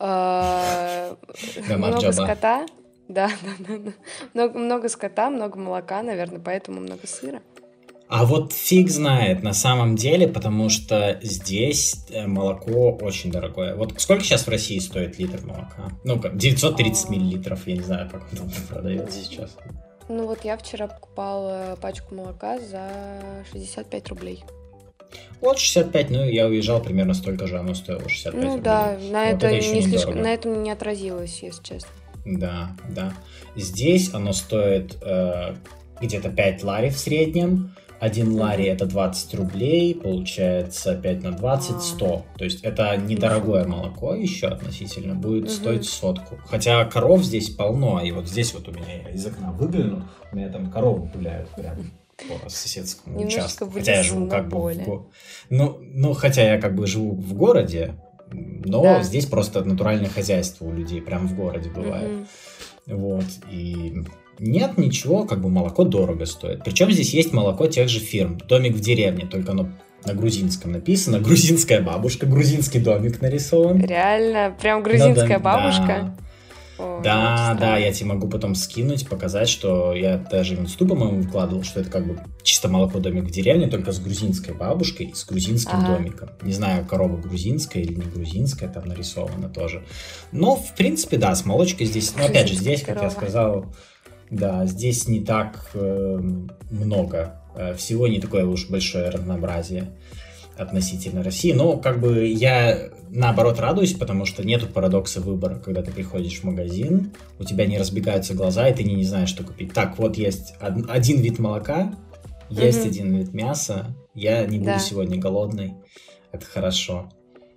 а, много Гамарджаба. скота. Да, да, да, да. Много, много скота, много молока, наверное, поэтому много сыра. А вот фиг знает на самом деле, потому что здесь э, молоко очень дорогое. Вот сколько сейчас в России стоит литр молока? Ну-ка, девятьсот тридцать А, миллилитров, я не знаю, как он там продается м, сейчас. Ну вот я вчера покупала пачку молока за шестьдесят пять рублей. Вот шестьдесят пять, ну я уезжал примерно столько же, оно стоило шестьдесят пять Ну рублей. да, на Вот это это еще не слишком, недорого. на этом не отразилось, если честно. Да, да. Здесь оно стоит э, где-то пять лари в среднем. Один лари Мгм. это двадцать рублей, получается пять на двадцать, А, сто. То есть это ну недорогое супер. молоко еще относительно, будет стоить Мгм. сотку. Хотя коров здесь полно, и вот здесь вот у меня я из окна выгляну, у меня там коровы гуляют прям по соседскому Немножечко участку. в Хотя я лесу, живу на как бы в поле. го... ну, ну, хотя я как бы живу в городе, но Да. здесь просто натуральное хозяйство у людей, прям в городе бывает. Мгм. Вот, и нет ничего, как бы молоко дорого стоит. Причем здесь есть молоко тех же фирм. Домик в деревне, только оно на грузинском написано. Грузинская бабушка, грузинский домик нарисован. Реально, прям Ну да, грузинская бабушка. да. Ой, Да, очень да, странно. я тебе могу потом скинуть, показать, что я даже в инсту, по-моему, выкладывал, что это как бы чисто молоко домик в деревне, только с грузинской бабушкой и с грузинским Ага. домиком. Не знаю, корова грузинская или не грузинская, там нарисовано тоже. Но, в принципе, да, с молочкой здесь, ну, опять же, Грузинская здесь, как я корова. сказал, да, здесь не так э, много, э, всего не такое уж большое разнообразие относительно России. Но как бы я наоборот радуюсь, потому что нету парадокса выбора, когда ты приходишь в магазин, у тебя не разбегаются глаза, и ты не, не знаешь, что купить. Так, вот есть од- один вид молока, есть Мгм. один вид мяса, я не буду Да. сегодня голодный, это хорошо.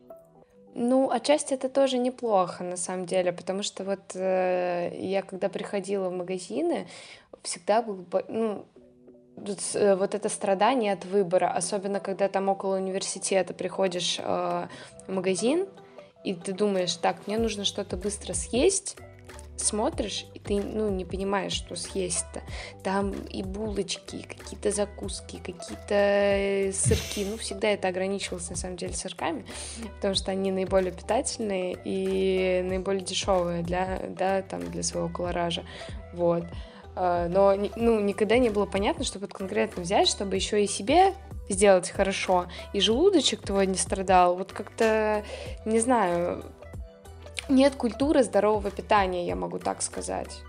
Ну, отчасти это тоже неплохо, на самом деле, потому что вот э, я когда приходила в магазины, всегда был, бо- ну, тут, э, вот это страдание от выбора, особенно когда там около университета приходишь э, в магазин, и ты думаешь, так, мне нужно что-то быстро съесть, смотришь, и ты, ну, не понимаешь, что съесть-то. Там и булочки, и какие-то закуски, какие-то э, сырки. Ну, всегда это ограничивалось, на самом деле, сырками, потому что они наиболее питательные и наиболее дешевые для, да, там, для своего колоража. Вот. А, Но ни- ну, никогда не было понятно, что вот конкретно взять, чтобы еще и себе сделать хорошо, и желудочек твой не страдал. Вот как-то, не знаю, нет культуры здорового питания, я могу так сказать.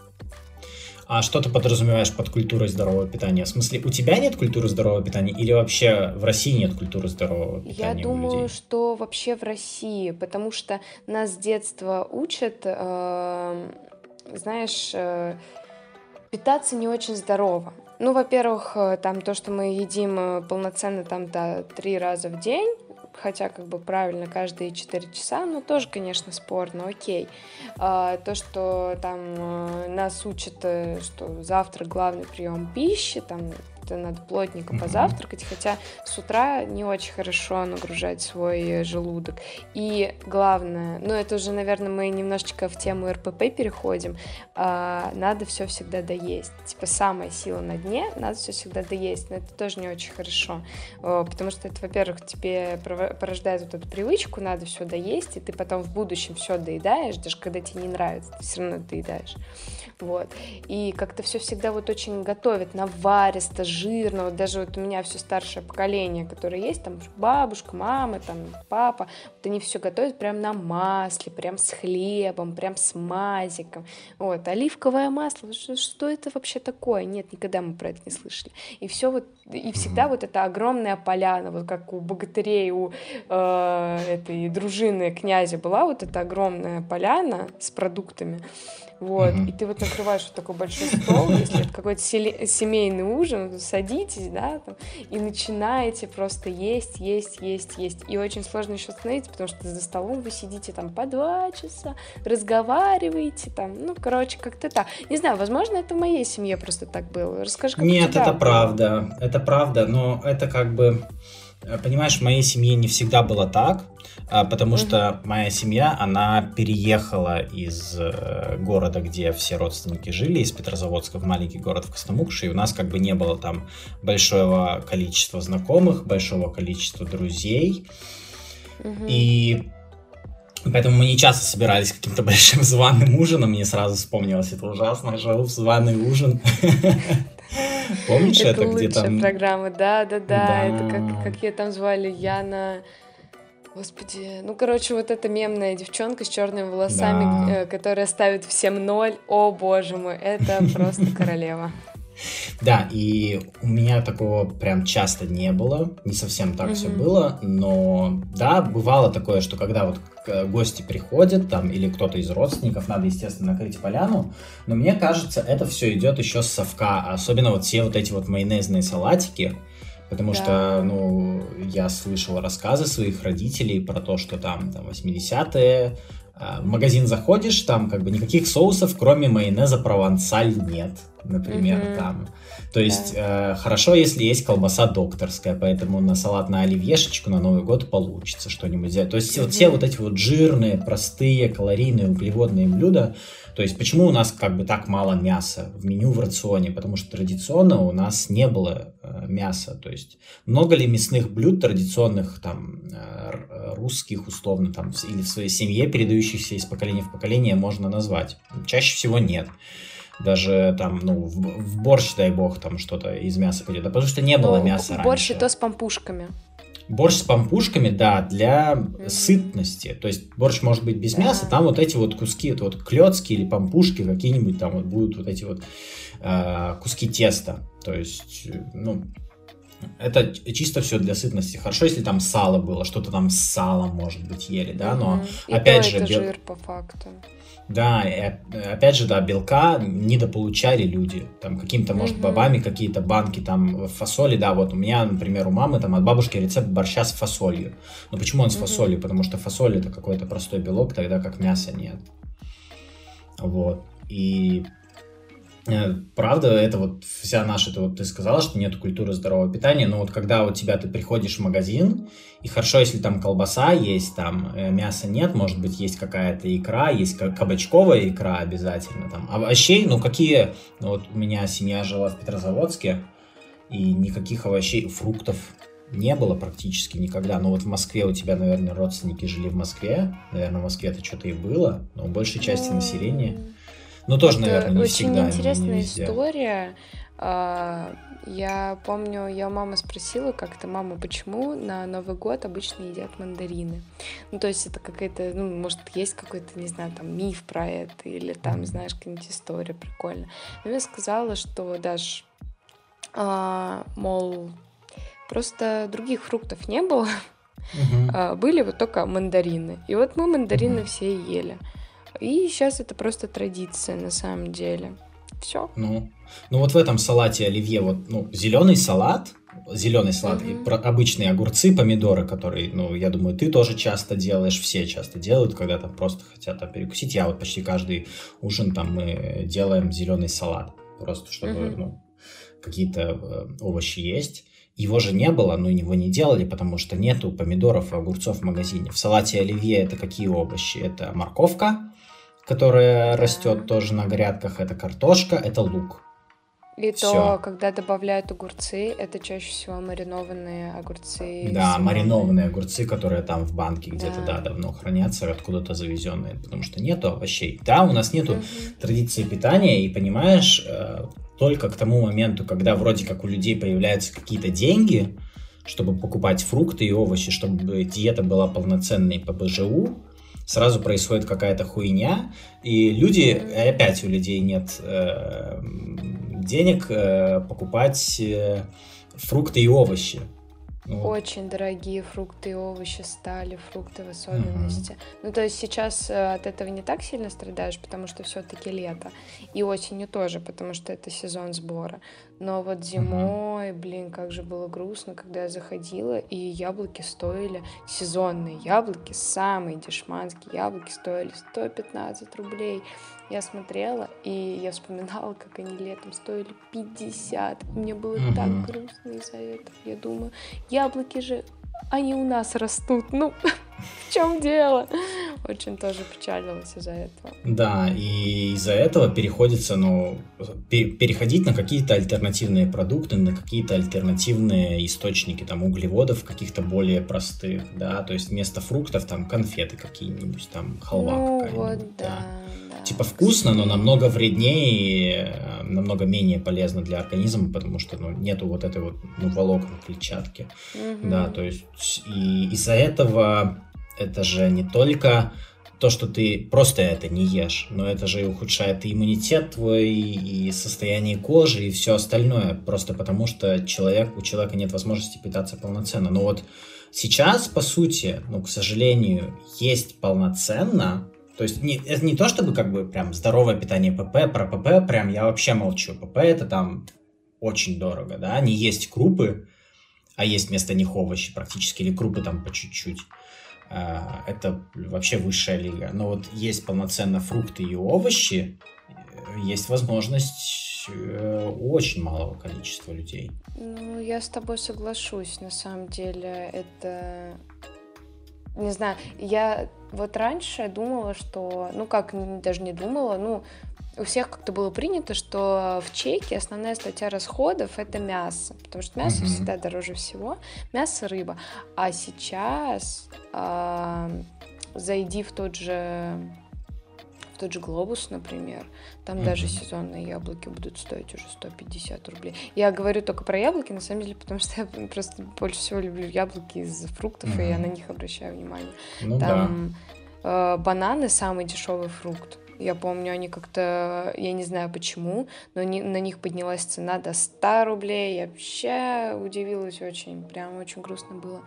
А что ты подразумеваешь под культурой здорового питания? В смысле, у тебя нет культуры здорового питания или вообще в России нет культуры здорового Я питания у думаю, людей? что вообще в России, потому что нас с детства учат, эм, знаешь, э, питаться не очень здорово. Ну, во-первых, э, там то, что мы едим э, полноценно там-то три раза в день, хотя как бы правильно каждые четыре часа, ну тоже, конечно, спор, но окей. А, то, что там э, нас учат, э, что завтрак главный прием пищи, там как-то надо плотненько mm-hmm. позавтракать, хотя с утра не очень хорошо нагружать свой желудок. И главное, ну это уже, наверное, мы немножечко в тему эр пэ пэ переходим, а, надо все всегда доесть. Типа самая сила на дне, надо все всегда доесть, но это тоже не очень хорошо, потому что это, во-первых, тебе порождает вот эту привычку, надо все доесть, и ты потом в будущем все доедаешь, даже когда тебе не нравится, ты все равно доедаешь. Вот. И как-то все всегда вот очень готовят, наваристо, жирно. Вот даже вот у меня все старшее поколение, которое есть, там бабушка, мама, там папа, вот они все готовят прям на масле, прям с хлебом, прям с мазиком. Вот. Оливковое масло, что, что это вообще такое? Нет, никогда мы про это не слышали. И все вот, и всегда вот эта огромная поляна, вот как у богатырей, у э, этой дружины князя была вот эта огромная поляна с продуктами. Вот, mm-hmm. и ты вот накрываешь вот такой большой стол, если это какой-то семейный ужин, садитесь, да, там, и начинаете просто есть, есть, есть, есть. И очень сложно еще остановиться, потому что за столом вы сидите там по два часа, разговариваете там, ну, короче, как-то так. Не знаю, возможно, это в моей семье просто так было. Расскажи, как Нет, у тебя это было? правда, это правда, но это как бы, понимаешь, в моей семье не всегда было так, потому mm-hmm. что моя семья, она переехала из города, где все родственники жили, из Петрозаводска в маленький город в Костомукше, и у нас как бы не было там большого количества знакомых, большого количества друзей, mm-hmm. и поэтому мы не часто собирались каким-то большим званым ужином, мне сразу вспомнилось это ужасно, званый ужин. Помнишь это, это где там... Это лучшая программа, да-да-да, это как, как ее там звали, Яна... Господи, ну, короче, вот эта мемная девчонка с черными волосами, да. которая ставит всем ноль, о боже мой, это просто королева. Да, и у меня такого прям часто не было, не совсем так mm-hmm. все было, но да, бывало такое, что когда вот гости приходят там или кто-то из родственников, надо, естественно, накрыть поляну, но мне кажется, это все идет еще с совка, особенно вот все вот эти вот майонезные салатики, потому да. что, ну, я слышал рассказы своих родителей про то, что там, там восьмидесятые, в магазин заходишь, там как бы никаких соусов, кроме майонеза провансаль нет, например, mm-hmm. там. То есть yeah. э, хорошо, если есть колбаса докторская, поэтому на салат на оливьешечку на Новый год получится что-нибудь взять. То есть mm-hmm. вот все вот эти вот жирные, простые, калорийные, углеводные блюда. То есть почему у нас как бы так мало мяса в меню в рационе? Потому что традиционно у нас не было э, мяса. То есть много ли мясных блюд традиционных, там, э, русских условно, там, или в своей семье, передающихся из поколения в поколение, можно назвать? Чаще всего нет. Даже там, ну, в, в борщ, дай бог, там что-то из мяса пойдет. Да потому что не было ну, мяса раньше. Борщ и то с пампушками. Борщ с пампушками, да, для mm-hmm. сытности. То есть борщ может быть без yeah. мяса, там вот эти вот куски, это вот клёцки или пампушки какие-нибудь, там вот будут вот эти вот э, куски теста. То есть, ну, это чисто все для сытности. Хорошо, если там сало было, что-то там с салом, может быть, ели, да, но mm-hmm. опять и же... это бел... жир, по факту. Да, и опять же, да, белка недополучали люди. Там каким-то, может, mm-hmm. бобами какие-то банки там фасоли. Да, вот у меня, например, у мамы там от бабушки рецепт борща с фасолью. Но почему он с mm-hmm. фасолью? Потому что фасоль это какой-то простой белок, тогда как мяса нет. Вот. И правда, это вот вся наша, это вот ты сказала, что нет культуры здорового питания, но вот когда у тебя ты приходишь в магазин, и хорошо, если там колбаса есть, там мяса нет, может быть, есть какая-то икра, есть кабачковая икра обязательно, там овощей, ну какие, ну, вот у меня семья жила в Петрозаводске, и никаких овощей, фруктов не было практически никогда, но вот в Москве у тебя, наверное, родственники жили в Москве, наверное, в Москве-то что-то и было, но у большей части населения... Ну, тоже, это наверное, не очень всегда. Очень интересная не история. Я помню, я у мамы спросила как-то: мама, почему на Новый год обычно едят мандарины? Ну, то есть это какая-то, ну, может, есть какой-то, не знаю, там, миф про это, или там, знаешь, какая-нибудь история прикольная. Но я сказала, что даже, мол, просто других фруктов не было, uh-huh. были вот только мандарины. И вот мы мандарины uh-huh. все ели. И сейчас это просто традиция на самом деле. Все. Ну, ну вот в этом салате оливье, вот, ну, зеленый салат, зеленый салат, mm-hmm. и обычные огурцы, помидоры, которые, ну, я думаю, ты тоже часто делаешь, все часто делают, когда там просто хотят там перекусить. Я вот почти каждый ужин там мы делаем зеленый салат, просто чтобы, mm-hmm. ну, какие-то э, овощи есть. Его же не было, но его не делали, потому что нету помидоров и огурцов в магазине. В салате оливье это какие овощи? Это морковка, которая растет тоже на грядках, это картошка, это лук. И Всё. то, когда добавляют огурцы, это чаще всего маринованные огурцы. Да, зелёные. маринованные огурцы, которые там в банке где-то, Да. да, давно хранятся, откуда-то завезенные, потому что нету овощей. Да, у нас нету Мгм. традиции питания, и понимаешь, э, только к тому моменту, когда вроде как у людей появляются какие-то деньги, чтобы покупать фрукты и овощи, чтобы диета была полноценной по бэ жэ у, сразу происходит какая-то хуйня, и люди, и опять у людей нет э, денег э, покупать э, фрукты и овощи. Ну, Очень дорогие фрукты и овощи стали, фрукты в особенности. Ну, то есть сейчас э, от этого не так сильно страдаешь, потому что все-таки лето. И осенью тоже, потому что это сезон сбора. Но вот зимой, блин, как же было грустно, когда я заходила, и яблоки стоили, сезонные яблоки, самые дешманские яблоки стоили сто пятнадцать рублей. Я смотрела, и я вспоминала, как они летом стоили пятьдесят. Мне было Мгм. так грустно из-за этого. Я думаю, яблоки же, они у нас растут. Ну, в чем дело? Очень тоже печалилась из-за этого. Да, и из-за этого переходится, ну, пе- переходить на какие-то альтернативные продукты, на какие-то альтернативные источники там углеводов, каких-то более простых, да, то есть вместо фруктов там конфеты какие-нибудь, там халва Ну, какая-нибудь, вот, да. да. Типа вкусно, но намного вреднее и э, намного менее полезно для организма, потому что, ну, нету вот этой вот, ну, волокон клетчатки. Мгм. Да, то есть и из-за этого это же не только то, что ты просто это не ешь, но это же и ухудшает и иммунитет твой, и состояние кожи, и все остальное, просто потому что человек, у человека нет возможности питаться полноценно. Но вот сейчас, по сути, ну, к сожалению, есть полноценно, то есть не, это не то, чтобы как бы прям здоровое питание ПП, про ПП прям я вообще молчу. ПП это там очень дорого, да, не есть крупы, а есть вместо них овощи практически, или крупы там по чуть-чуть. А, Это вообще высшая лига. Но вот есть полноценно фрукты и овощи, э, есть возможность э, у очень малого количества людей. Ну, я с тобой соглашусь, на самом деле, это... Не знаю, я вот раньше думала, что... Ну, как, н- даже не думала, ну, у всех как-то было принято, что в чеке основная статья расходов — это мясо, потому что мясо Мгм. всегда дороже всего, мясо, рыба. А сейчас а, зайди в тот же... в тот же Глобус, например, там даже Мгм. сезонные яблоки будут стоить уже сто пятьдесят рублей. Я говорю только про яблоки, на самом деле, потому что я просто больше всего люблю яблоки из фруктов, и я на Мгм. них обращаю внимание. Ну да. Там э, бананы — самый дешевый фрукт. Я помню, они как-то, я не знаю почему, но они- на них поднялась цена до ста рублей. Я вообще удивилась очень, прям очень грустно было.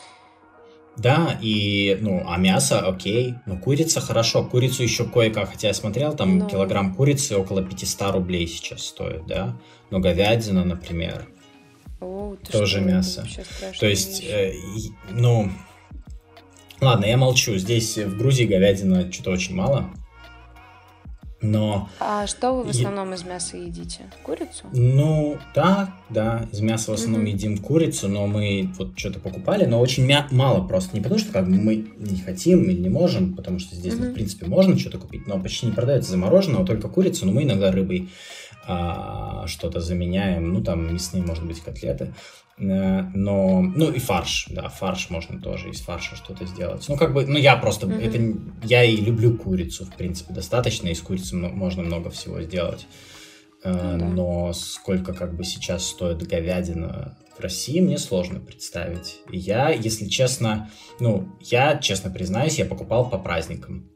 Да, и, ну, а мясо, окей, ну, курица хорошо, курицу еще кое-как, хотя я смотрел, там Ну, килограмм курицы около пятьсот рублей сейчас стоит, да, но говядина, например, о, ты тоже что, это мясо. вообще То страшная есть, вещь. э, и- ну, ладно, я молчу, здесь в Грузии говядина что-то очень мало, но, А что вы в е- основном из мяса едите? Курицу? ну, да, да, из мяса в основном Мгм. едим курицу, но мы вот что-то покупали, но очень мя- мало просто, не потому что как бы мы не хотим или не можем, потому что здесь, ну, в Мгм. принципе, можно что-то купить, но почти не продается замороженного, только курицу, но мы иногда рыбой а, что-то заменяем, ну, там, мясные, может быть, котлеты. Э, Но, ну, и фарш, да, фарш можно тоже из фарша что-то сделать. Ну, как бы, ну, я просто, Мгм. это, н- я и люблю курицу, в принципе, достаточно, из курицы мно- можно много всего сделать. Э, Ну да. Но сколько, как бы, сейчас стоит говядина в России, мне сложно представить. И я, если честно, ну, я, честно признаюсь, я покупал по праздникам.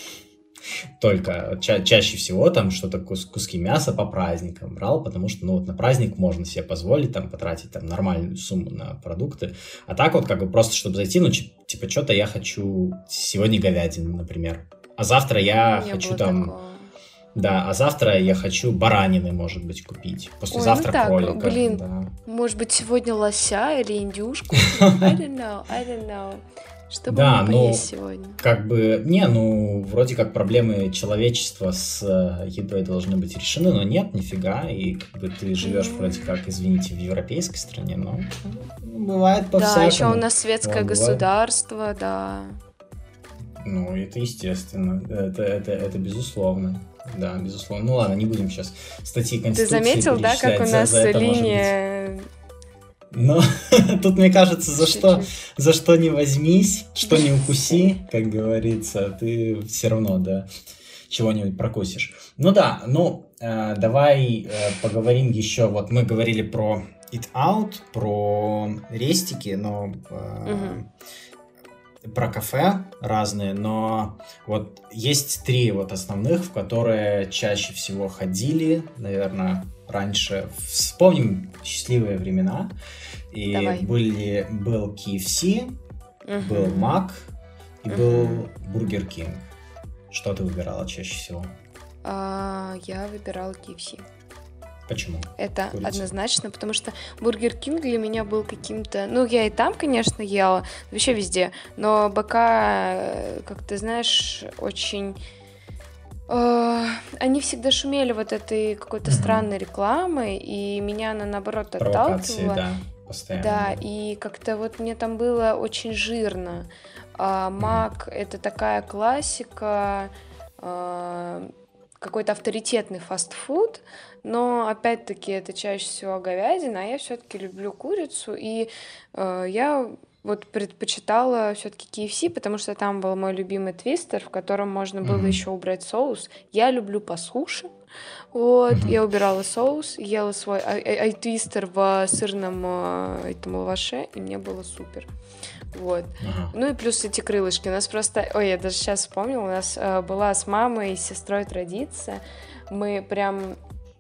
Только ча- чаще всего там что-то кус- куски мяса по праздникам брал, потому что, ну, вот на праздник можно себе позволить там потратить там нормальную сумму на продукты. А так вот как бы просто, чтобы зайти, ну, чи- типа, что-то я хочу сегодня говядину, например. А завтра я Не хочу было там, такого. да, а завтра я хочу баранины, может быть, купить. Ой, ну Послезавтра так, кролика, блин, да. может быть, сегодня лося или индюшку? I don't know, I don't know. Что бы Да, мне ну, поесть сегодня? как бы, не, ну, вроде как проблемы человечества с э, едой должны быть решены, но нет, нифига, и как бы ты живешь Ну, вроде как, извините, в европейской стране, но ну, бывает да, еще у по-всякому. нас светское Вот, бывает. государство, да. Ну, это естественно, это, это, это безусловно. Да, безусловно. Ну ладно, не будем сейчас статьи Ты Конституции заметил, да, как у перечислять, за, нас за это может быть. линия Но тут, мне кажется, за что, чуть-чуть? за что не возьмись, что не укуси, как говорится, ты все равно, да, чего-нибудь прокусишь. Ну да, ну, э, давай э, поговорим еще, вот мы говорили про Eat Out, про рестики, но... э, Мгм. про кафе разные, но вот есть три вот основных, в которые чаще всего ходили, наверное, раньше. Вспомним счастливые времена. И Давай. были, был кей эф си, был Мгм. Мак и Мгм. был Бургер Кинг. Что ты выбирала чаще всего? А, я выбирала кей эф си. Почему? Это Курица. однозначно, потому что Бургер Кинг для меня был каким-то... Ну, я и там, конечно, ела, вообще везде, но БК, э, как ты знаешь, очень... э, Они всегда шумели вот этой какой-то Мгм. странной рекламой, и меня она, наоборот, Провокации, отталкивала. да, постоянно. Да, да. и как-то вот мне там было очень жирно. А Мак — это такая классика, а, какой-то авторитетный фастфуд, но опять-таки это чаще всего говядина, а я все-таки люблю курицу, и э, я вот предпочитала все-таки кей эф си, потому что там был мой любимый твистер, в котором можно было Мгм. еще убрать соус. Я люблю по суше. Вот, Мгм. я убирала соус, ела свой ай- ай- ай-твистер в сырном э, этом лаваше, и мне было супер. Вот. Ага. Ну и плюс эти крылышки. У нас просто... Ой, я даже сейчас вспомнила, у нас э, была с мамой и с сестрой традиция. Мы прям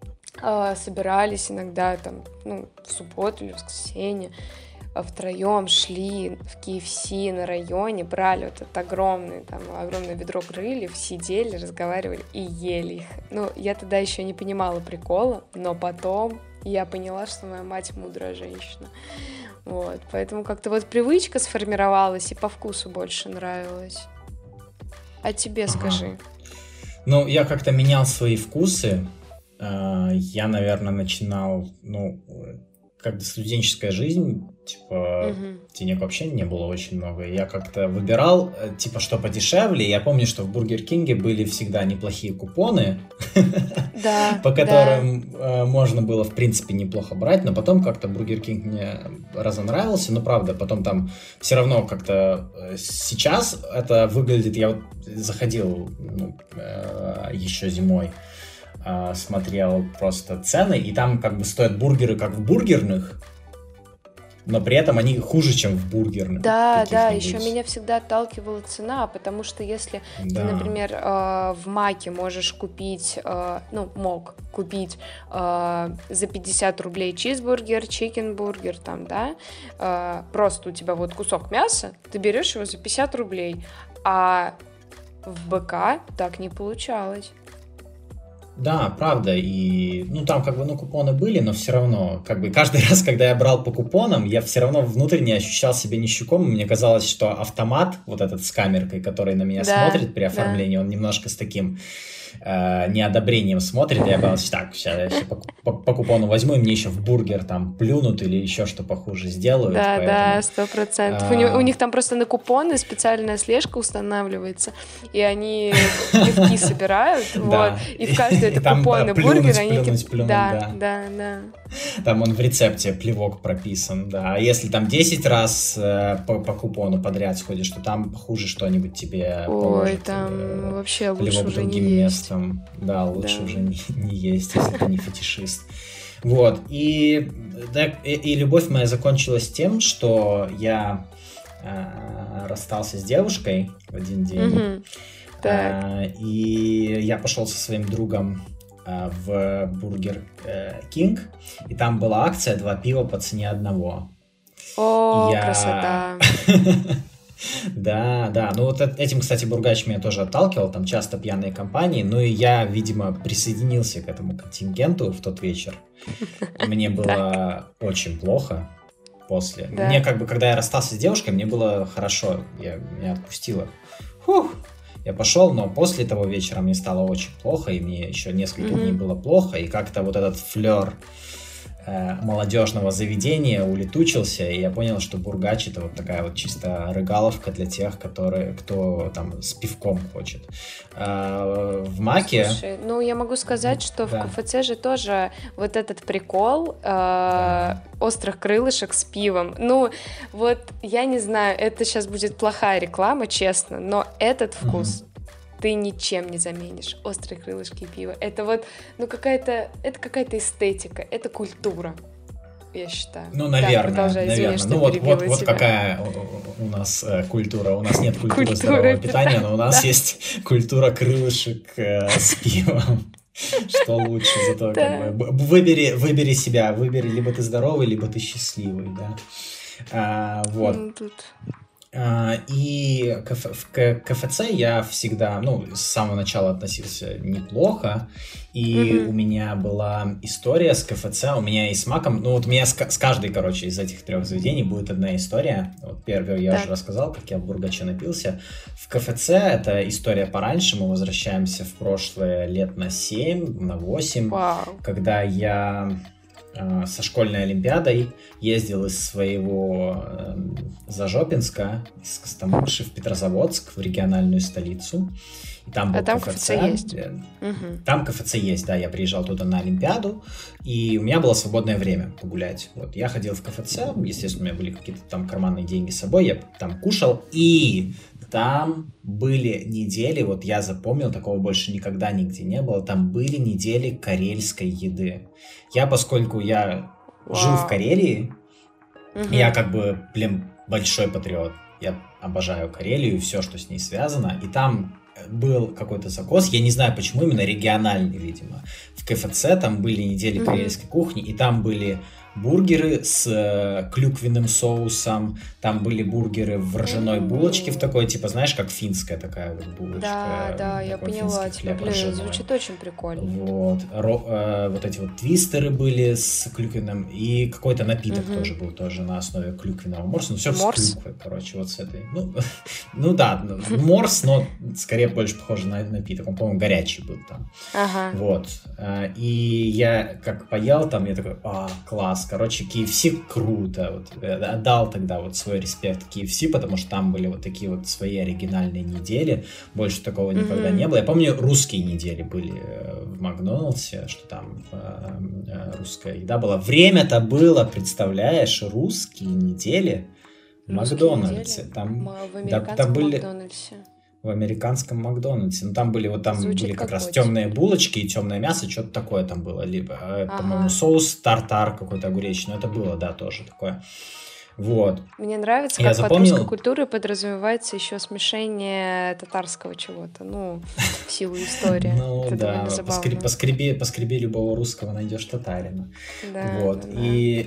э, собирались иногда там, ну, в субботу или в воскресенье, э, втроем шли в кей эф си на районе, брали вот этот огромный, там, огромное ведро крыльев, сидели, разговаривали и ели их. Ну, я тогда еще не понимала прикола, но потом я поняла, что моя мать мудрая женщина. Вот, поэтому как-то вот привычка сформировалась и по вкусу больше нравилось. А тебе Ага. скажи. Ну, я как-то менял свои вкусы. Э, Я, наверное, начинал, ну, э, как студенческая жизнь, типа, Мгм. денег вообще не было очень много. И я как-то выбирал, э, типа, что подешевле. Я помню, что в Бургер Кинге были всегда неплохие купоны, Да, по да. которым э, можно было, в принципе, неплохо брать, но потом как-то Бургер Кинг мне разонравился, но правда, потом там все равно как-то э, сейчас это выглядит, я вот заходил ну, э, еще зимой, э, смотрел просто цены, и там как бы стоят бургеры как в бургерных, но при этом они хуже, чем в бургерных Да, да, еще каких-нибудь. меня всегда отталкивала цена, потому что если ты, Да. например, э, в Маке можешь купить, э, ну, мог купить э, за пятьдесят рублей чизбургер, чикенбургер, там, да, э, просто у тебя вот кусок мяса, ты берешь его за пятьдесят рублей, а в БК так не получалось. Да, правда, и ну там как бы ну купоны были, но все равно как бы каждый раз, когда я брал по купонам, я все равно внутренне ощущал себя нищуком, и мне казалось, что автомат вот этот с камеркой, который на меня Да, смотрит при да. оформлении, он немножко с таким э, неодобрением смотрит, и я боялся, так, сейчас я еще по, по- по купону возьму, и мне еще в бургер там плюнут или еще что похуже сделают, Да, поэтому... да, сто процентов. У, них- у а, них там просто на купоны специальная слежка устанавливается, и они плевки собирают, вот, Да. и в каждый И это там, купоны да, плюнуть, бургера, они плюнуть, типа- плюнуть, да, да. да, да. Там он в рецепте плевок прописан, да. А если там десять раз э, по, по купону подряд сходишь, то там хуже что-нибудь тебе Ой, поможет. там э, вообще лучше плевок уже не другим есть. местом. Да, лучше Да. уже не, не есть, если ты не фетишист. Вот. И, да, и, и любовь моя закончилась тем, что я э, расстался с девушкой в один день. Мгм. Так. А, и я пошел со своим другом а, в Бургер э, Кинг, и там была акция «Два пива по цене одного». О, Я- красота. Да, да. Ну вот э- этим, кстати, Бургач меня тоже отталкивал, там часто пьяные компании, ну и я, видимо, присоединился к этому контингенту в тот вечер. Мне было очень плохо. после. Да. Мне как бы, когда я расстался с девушкой, мне было хорошо, я, меня отпустило. Фух. Я пошел, но после того вечера мне стало очень плохо, и мне еще несколько mm-hmm. дней было плохо, и как-то вот этот флер э, молодежного заведения улетучился, и я понял, что Бургач — это вот такая вот чисто рыгаловка для тех, которые, кто там с пивком хочет. А, в Маке... Слушай, ну я могу сказать, что да. в КФЦ же тоже вот этот прикол э, да. острых крылышек с пивом. Ну вот я не знаю, это сейчас будет плохая реклама, честно, но этот вкус... Mm-hmm. ты ничем не заменишь. Острые крылышки и пиво. Это вот, ну какая-то, это какая-то эстетика, это культура, я считаю. Ну, наверное, да, продолжай, наверное. Извини, ну вот, вот, тебя. вот какая у нас э, культура. У нас нет культуры культура здорового питания, но у нас да. есть культура крылышек э, с пивом. Что лучше, зато как бы выбери, выбери себя, выбери, либо ты здоровый, либо ты счастливый, да. А, вот. Ну, тут... И к КФЦ я всегда, ну, с самого начала относился неплохо, и mm-hmm. у меня была история с КФЦ, у меня и с Маком, ну, вот у меня с, с каждой, короче, из этих трех заведений будет одна история. Вот первую я так. уже рассказал, как я в Бургаче напился. В КФЦ это история пораньше, мы возвращаемся в прошлое лет на семь, на восемь, wow. когда я... со школьной олимпиадой ездил из своего э, Зажопинска, из Костомукши в Петрозаводск, в региональную столицу. И там был а там КФЦ. КФЦ есть? Угу. Там КФЦ есть, да. Я приезжал туда на олимпиаду, и у меня было свободное время погулять. Вот. Я ходил в КФЦ, естественно, у меня были какие-то там карманные деньги с собой, я там кушал, и там были недели, вот я запомнил, такого больше никогда нигде не было, там были недели карельской еды. Я, поскольку я Вау. жил в Карелии, угу. я как бы, блин, большой патриот. Я обожаю Карелию и все, что с ней связано. И там был какой-то закос, я не знаю почему, именно региональный, видимо. В КФЦ там были недели угу. карельской кухни, и там были бургеры с э, клюквенным соусом, там были бургеры в ржаной mm-hmm. булочке, в такой, типа, знаешь, как финская такая вот булочка. Да, да, я поняла, типа, блин, звучит очень прикольно. Вот, Ро, э, вот эти вот твистеры были с клюквенным, и какой-то напиток mm-hmm. тоже был, тоже на основе клюквенного морса, ну все Морс? с клюквой, короче, вот с этой, ну, ну да, морс, но скорее больше похоже на напиток, он, по-моему, горячий был там. Ага. Вот, и я как поел там, я такой, а, класс. Короче, кей эф си круто. Вот, отдал тогда вот свой респект кей эф си, потому что там были вот такие вот свои оригинальные недели. Больше такого mm-hmm. никогда не было. Я помню, русские недели были в Макдональдсе, что там э, русская еда была. Время-то было, представляешь, русские недели в Макдональдсе. Там, в американском да, там были... Макдональдсе. В американском Макдональдсе. Ну, там были вот там Звучит были как, как раз котик. Темные булочки и темное мясо, что-то такое там было. Либо, ага. по-моему, соус тартар какой-то огуречный. Это было, да, тоже такое. Вот. Мне нравится, Я как запомнил... под русской культурой подразумевается еще смешение татарского чего-то. Ну, в силу истории. Ну, да, поскреби, поскреби любого русского, найдешь татарина. Вот. И...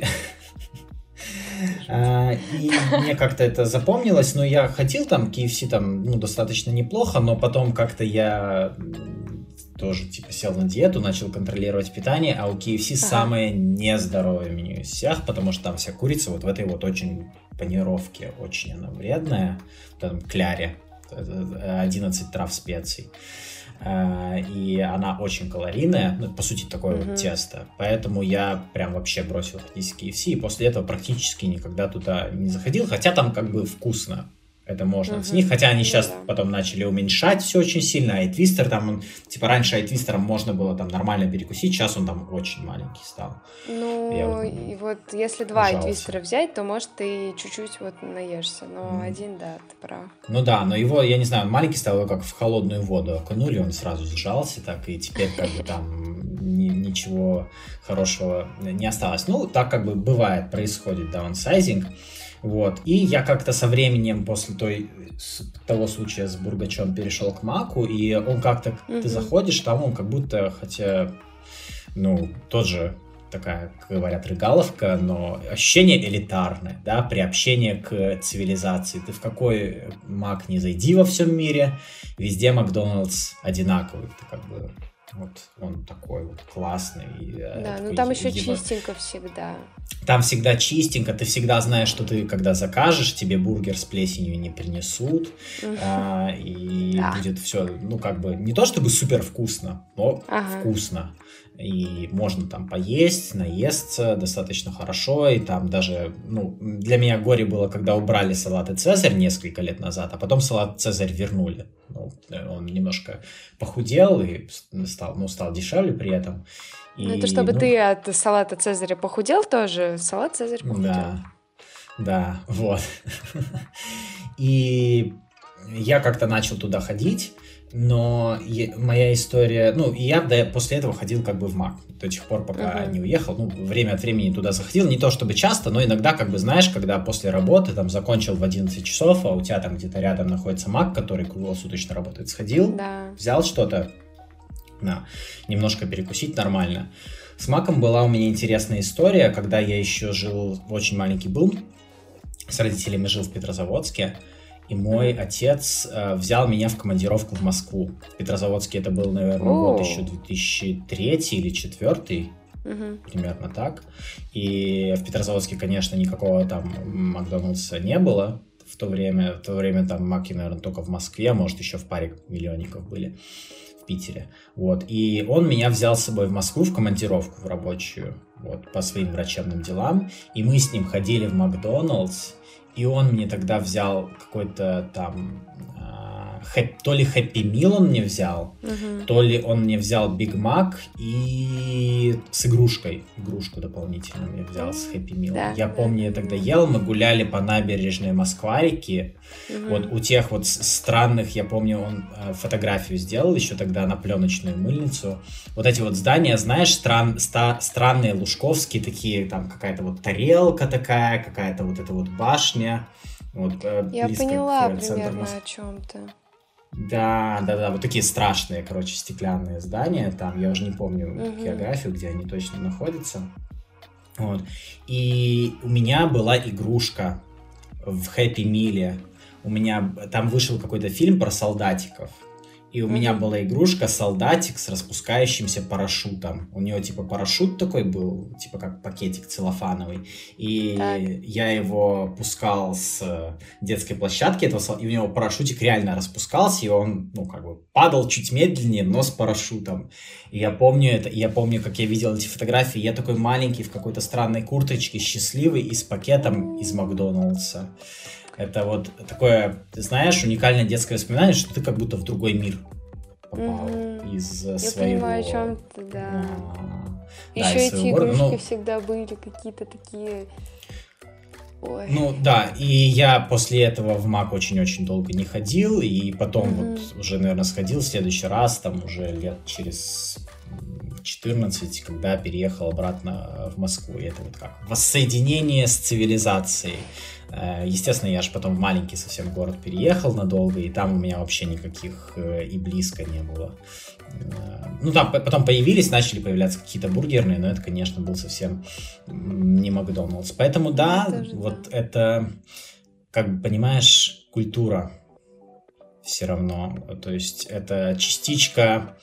А, и мне как-то это запомнилось, но я ходил там, кей эф си там, ну, достаточно неплохо, но потом как-то я тоже, типа, сел на диету, начал контролировать питание, а у кей эф си ага. самое нездоровое меню из всех, потому что там вся курица вот в этой вот очень панировке, очень она вредная, там кляре, одиннадцать трав специй. И она очень калорийная, ну, по сути, такое mm-hmm. вот тесто. Поэтому я прям вообще бросил ходить в кей эф си, и после этого практически никогда туда не заходил, хотя там как бы вкусно. Это можно оценить, mm-hmm. хотя они сейчас yeah. потом начали уменьшать все очень сильно, айтвистер там, он, типа раньше айтвистером можно было там нормально перекусить, сейчас он там очень маленький стал. Ну, я вот, и вот если два айтвистера взять, то может ты чуть-чуть вот наешься, но mm-hmm. один, да, ты прав. Ну да, но его, я не знаю, он маленький стал, его как в холодную воду окунули, он сразу сжался так, и теперь как бы там ни, ничего хорошего не осталось. Ну, так как бы бывает, происходит даунсайзинг. Вот. И я как-то со временем после той, того случая с Бургачом перешел к Маку, и он как-то, mm-hmm. ты заходишь, там он как будто, хотя, ну, тот же, такая, как говорят, рыгаловка, но ощущение элитарное, да, приобщение к цивилизации. Ты в какой Мак не зайди во всем мире, везде Макдональдс одинаковый. Ты как бы Вот он такой вот классный. Да, такой ну там еще его... чистенько всегда. Там всегда чистенько, ты всегда знаешь, что ты, когда закажешь, тебе бургер с плесенью не принесут, mm-hmm. а, и да. будет все, ну, как бы, не то чтобы супер вкусно, но ага. вкусно. И можно там поесть, наесться достаточно хорошо, и там даже, ну, для меня горе было, когда убрали салаты «Цезарь» несколько лет назад, а потом салат «Цезарь» вернули. Ну, он немножко похудел и стал, ну, стал дешевле при этом. И, ну, это чтобы ну, ты от салата «Цезаря» похудел тоже, салат «Цезарь» похудел. Да, да, вот. И я как-то начал туда ходить, но моя история... Ну, и я да, после этого ходил как бы в Мак до тех пор, пока uh-huh. не уехал. Ну, время от времени туда заходил. Не то чтобы часто, но иногда, как бы, знаешь, когда после работы там закончил в одиннадцать часов, а у тебя там где-то рядом находится Мак, который круглосуточно работает, сходил, да. взял что-то, да, немножко перекусить нормально. С Маком была у меня интересная история, когда я еще жил, очень маленький был, с родителями жил в Петрозаводске. И мой mm-hmm. отец э, взял меня в командировку в Москву. В Петрозаводске это был, наверное, oh. год еще две тысячи третий или две тысячи четвёртый. Mm-hmm. Примерно так. И в Петрозаводске, конечно, никакого там Макдональдса не было в то время. В то время там Маки, наверное, только в Москве, может, еще в паре миллионников были в Питере. Вот. И он меня взял с собой в Москву в командировку в рабочую, вот, по своим врачебным делам. И мы с ним ходили в Макдональдс. И он мне тогда взял какой-то там, э, хэп, то ли Happy Meal он мне взял, uh-huh. то ли он мне взял Big Mac и с игрушкой, игрушку дополнительно мне взял с Happy Meal. Да, я да. помню, я тогда ел, мы гуляли по набережной Москва-реки, uh-huh. вот у тех вот странных, я помню, он э, фотографию сделал еще тогда на пленочную мыльницу. Вот эти вот здания, знаешь, стран, ста, странные лужковские такие, там какая-то вот тарелка такая, какая-то вот эта вот башня. Вот, э, я поняла примерно о чем-то. Да, да, да, вот такие страшные, короче, стеклянные здания. Там, я уже не помню uh-huh. географию, где они точно находятся. Вот. И у меня была игрушка в Happy Meal. У меня там вышел какой-то фильм про солдатиков. И у mm-hmm. меня была игрушка солдатик с распускающимся парашютом. У него типа парашют такой был, типа как пакетик целлофановый. И так. я его пускал с детской площадки этого солдатика, и у него парашютик реально распускался, и он, ну, как бы падал чуть медленнее, но с парашютом. И я помню это, и я помню, как я видел эти фотографии. Я такой маленький в какой-то странной курточке, счастливый и с пакетом из Макдональдса. Это вот такое, ты знаешь, уникальное детское воспоминание, что ты как будто в другой мир попал mm-hmm. из Я своего... Я понимаю, о чем ты, да. А, Еще да, эти игрушки ну... всегда были какие-то такие... Ой. Ну да, и я после этого в Мак очень-очень долго не ходил, и потом mm-hmm. вот уже, наверное, сходил в следующий раз, там уже лет через... четырнадцать, когда переехал обратно в Москву. И это вот как воссоединение с цивилизацией. Естественно, я же потом в маленький совсем город переехал надолго, и там у меня вообще никаких и близко не было. Ну, там потом появились, начали появляться какие-то бургерные, но это, конечно, был совсем не Макдональдс. Поэтому, да, тоже, вот да. это, как бы, понимаешь, культура все равно. То есть это частичка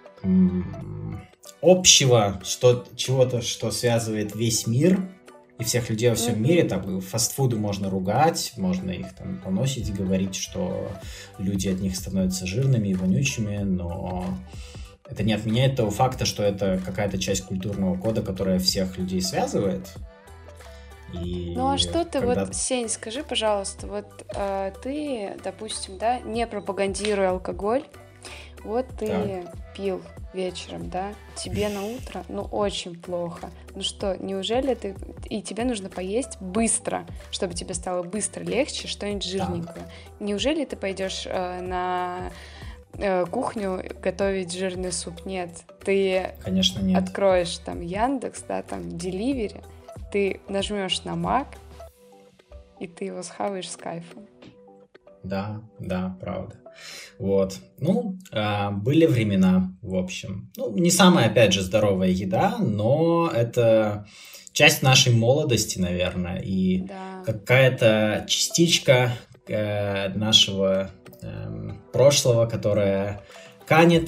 общего, что, чего-то, что связывает весь мир и всех людей во всем mm-hmm. мире. Там фастфуды можно ругать, можно их там поносить, говорить, что люди от них становятся жирными и вонючими, но это не отменяет того факта, что это какая-то часть культурного кода, которая всех людей связывает. И ну а что ты, когда... вот, Сень, скажи, пожалуйста, вот э, ты, допустим, да, не пропагандируя алкоголь, вот ты так. пил вечером, да, тебе на утро, ну, очень плохо. Ну что, неужели ты... И тебе нужно поесть быстро, чтобы тебе стало быстро легче, что-нибудь жирненькое. Так. Неужели ты пойдешь э, на э, кухню готовить жирный суп? Нет. Ты Конечно, нет. откроешь там Яндекс, да, там Delivery, ты нажмешь на Мак, и ты его схаваешь с кайфом. Да, да, правда. Вот. Ну, э, были времена, в общем. Ну, не самая, опять же, здоровая еда, но это часть нашей молодости, наверное, и да. какая-то частичка э, нашего э, прошлого, которая канет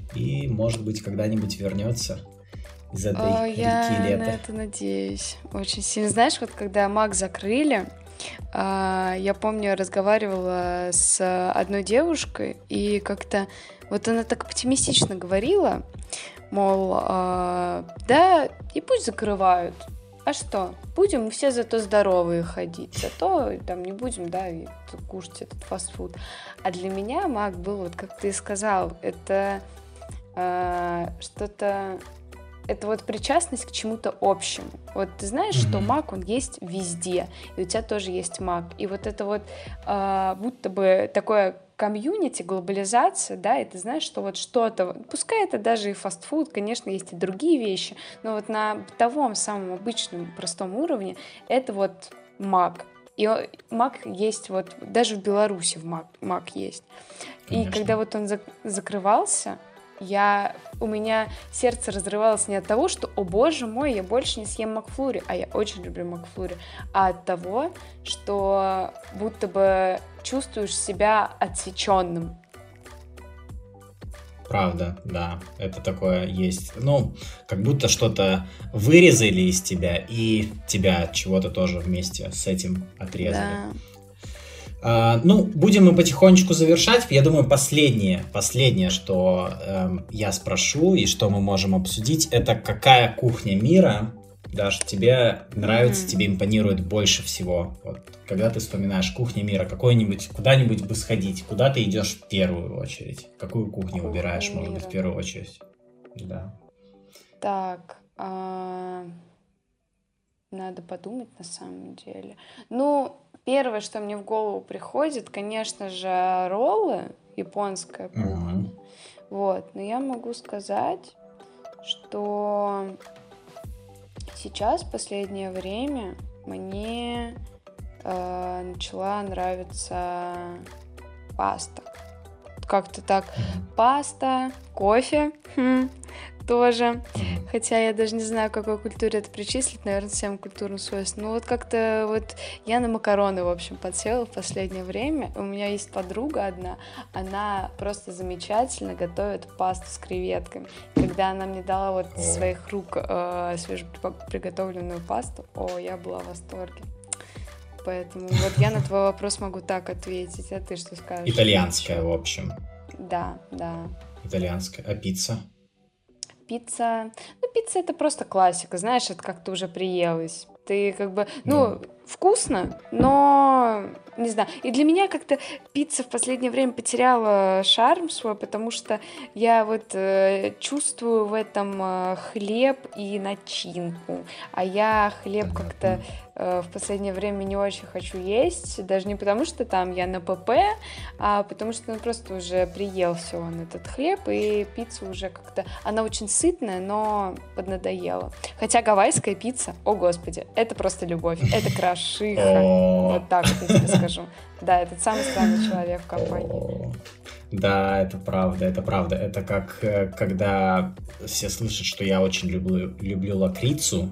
и, может быть, когда-нибудь вернется из этой О, реки я лета. на это надеюсь очень сильно. Знаешь, вот когда Мак закрыли, а, я помню, я разговаривала с одной девушкой, и как-то вот она так оптимистично говорила, мол, а, да, и пусть закрывают. А что? Будем все зато здоровые ходить, зато там не будем, да, и кушать этот фастфуд. А для меня Мак был, вот как ты и сказал, это а, что-то, это вот причастность к чему-то общему. Вот ты знаешь, Мгм. что Мак, он есть везде, и у тебя тоже есть Мак. И вот это вот а, будто бы такое комьюнити, глобализация, да, и ты знаешь, что вот что-то, пускай это даже и фастфуд, конечно, есть и другие вещи, но вот на бытовом, самом обычном, простом уровне это вот Мак. И о- Мак есть вот, даже в Беларуси в Мак, Мак есть. И когда Конечно. вот он зак- закрывался, я, у меня сердце разрывалось не от того, что, о боже мой, я больше не съем Макфлури, а я очень люблю Макфлури, а от того, что будто бы чувствуешь себя отсеченным. Правда, да, это такое есть. Ну, как будто что-то вырезали из тебя, и тебя от чего-то тоже вместе с этим отрезали. Да. А, ну, будем мы потихонечку завершать. Я думаю, последнее, последнее, что эм, я спрошу и что мы можем обсудить, это какая кухня мира, Даш, тебе нравится, Мгм. тебе импонирует больше всего. Вот, когда ты вспоминаешь кухню мира, какой-нибудь, куда-нибудь бы сходить, куда ты идешь в первую очередь? Какую кухню Кухня выбираешь, может быть, в мира. первую очередь? Да. Так, а, надо подумать на самом деле. Ну, первое, что мне в голову приходит, конечно же, роллы, японская кухня. Мгм. Вот, но я могу сказать, что сейчас, в последнее время, мне э, начала нравиться паста. Как-то так. Мгм. Паста, кофе хм, тоже. Мгм. Хотя я даже не знаю, к какой культуре это причислить, наверное, всем культурным свойствам. Ну вот как-то вот я на макароны, в общем, подсела в последнее время. У меня есть подруга одна, она просто замечательно готовит пасту с креветками. Когда она мне дала вот О. из своих рук э, свежеприготовленную пасту, о, я была в восторге. Поэтому вот я на твой вопрос могу так ответить. А ты что скажешь? Итальянская, в общем. Да, да. Итальянская. А пицца? Пицца. Ну, пицца это просто классика, знаешь, это как-то уже приелось. Ты как бы, Ну, ну, вкусно, но не знаю. И для меня как-то пицца в последнее время потеряла шарм свой, потому что я вот э, чувствую в этом э, хлеб и начинку. А я хлеб как-то понятно. э, в последнее время не очень хочу есть, даже не потому что там я на ПП, а потому что ну, просто уже приел все он этот хлеб, и пицца уже как-то, она очень сытная, но поднадоела. Хотя гавайская пицца, о господи, это просто любовь, это крошиха. О. Вот так вот я тебе скажу. Да, этот самый странный человек в компании. О. Да, это правда, это правда. Это как э, когда все слышат, что я очень люблю, люблю лакрицу,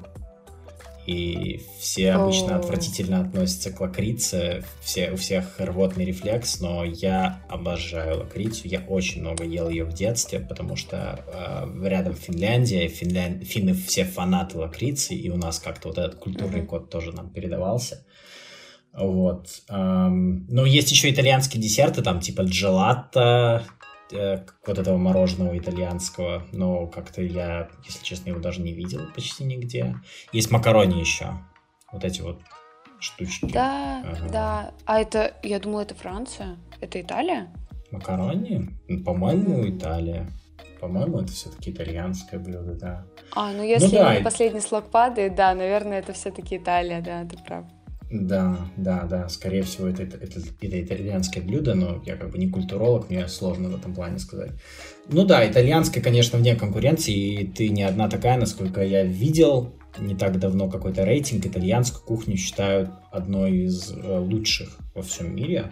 и все обычно О. отвратительно относятся к лакрице, все, у всех рвотный рефлекс, но я обожаю лакрицу, я очень много ел ее в детстве, потому что э, рядом Финляндия, Финлянд... финны все фанаты лакрицы, и у нас как-то вот этот культурный Мгм. код тоже нам передавался. Вот. эм, Но есть еще итальянские десерты, там типа джелато, э, вот этого мороженого итальянского, но как-то я, если честно, его даже не видел почти нигде. Есть макарони еще, вот эти вот штучки. Да, Ага. да. А это, я думала, это Франция. Это Италия? Макарони? Ну, по-моему, М. Италия. По-моему, это все-таки итальянское блюдо, да. А, ну Ну если да, не и- последний слог падает, да, наверное, это все-таки Италия, да, ты прав. да, да, да, скорее всего, это, это, это, это итальянское блюдо, но я как бы не культуролог, мне сложно в этом плане сказать. Ну да, итальянское, конечно, вне конкуренции, и ты не одна такая, насколько я видел не так давно какой-то рейтинг, итальянскую кухню считают одной из э, лучших во всем мире.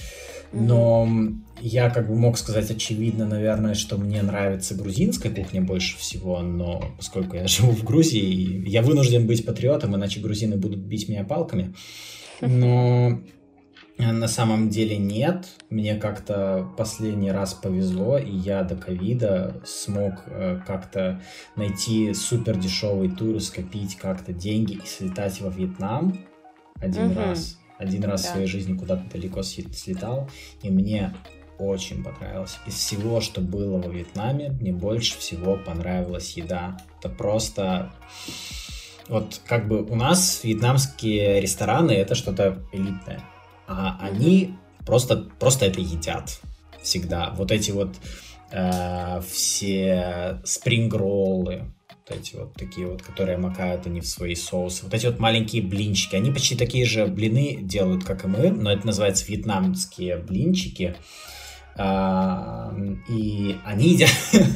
Но я как бы мог сказать очевидно, наверное, что мне нравится грузинская кухня больше всего, но поскольку я живу в Грузии, я вынужден быть патриотом, иначе грузины будут бить меня палками. Но На самом деле нет. Мне как-то последний раз повезло, и я до ковида смог э, как-то найти супер дешевый тур, скопить как-то деньги и слетать во Вьетнам один Угу. раз. Один раз Да. в своей жизни куда-то далеко слетал, и мне очень понравилось. Из всего, что было во Вьетнаме, мне больше всего понравилась еда. Это просто... Вот как бы у нас вьетнамские рестораны — это что-то элитное. А они просто, просто это едят всегда. Вот эти вот э, все спрингроллы, вот эти вот такие вот, которые макают они в свои соусы. Вот эти вот маленькие блинчики. Они почти такие же блины делают, как и мы, но это называется вьетнамские блинчики. А, и они едят,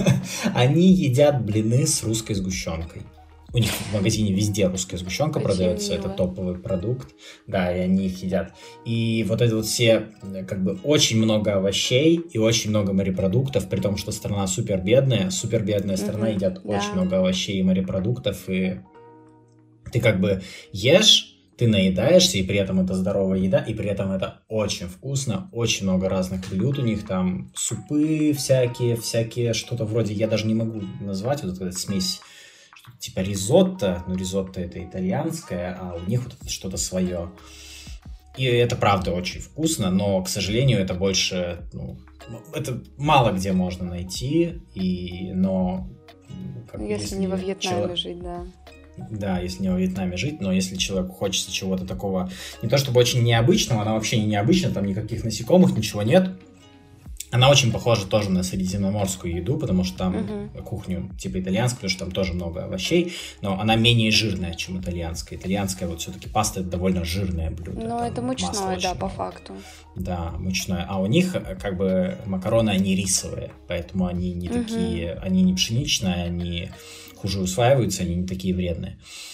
они едят блины с русской сгущенкой. У них в магазине везде русская сгущенка Очень продается, мило. это топовый продукт, да, и они их едят. И вот это вот все, как бы, очень много овощей и очень много морепродуктов, при том, что страна супер бедная, супер бедная страна, Мгм, едят да. очень много овощей и морепродуктов, и ты как бы ешь, ты наедаешься, и при этом это здоровая еда, и при этом это очень вкусно, очень много разных блюд у них, там супы всякие, всякие, что-то вроде, я даже не могу назвать, вот эта смесь, что-то типа ризотто, ну ризотто это итальянское, а у них вот это что-то свое. И это правда очень вкусно, но, к сожалению, это больше, ну, это мало где можно найти, и, но... Как, Если, если не во Вьетнаме человек- жить, да. Да, если не во Вьетнаме жить, но если человеку хочется чего-то такого, не то чтобы очень необычного, она вообще не необычная, там никаких насекомых, ничего нет. Она очень похожа тоже на средиземноморскую еду, потому что там Мгм. кухню типа итальянскую, потому что там тоже много овощей, но она менее жирная, чем итальянская. Итальянская вот все-таки паста — это довольно жирное блюдо. Но там это масла мучное, очень да, по много. факту. Да, мучное. А у них э, как бы макароны, они рисовые, поэтому они не Мгм. такие, они не пшеничные, они хуже усваиваются, они не такие вредные.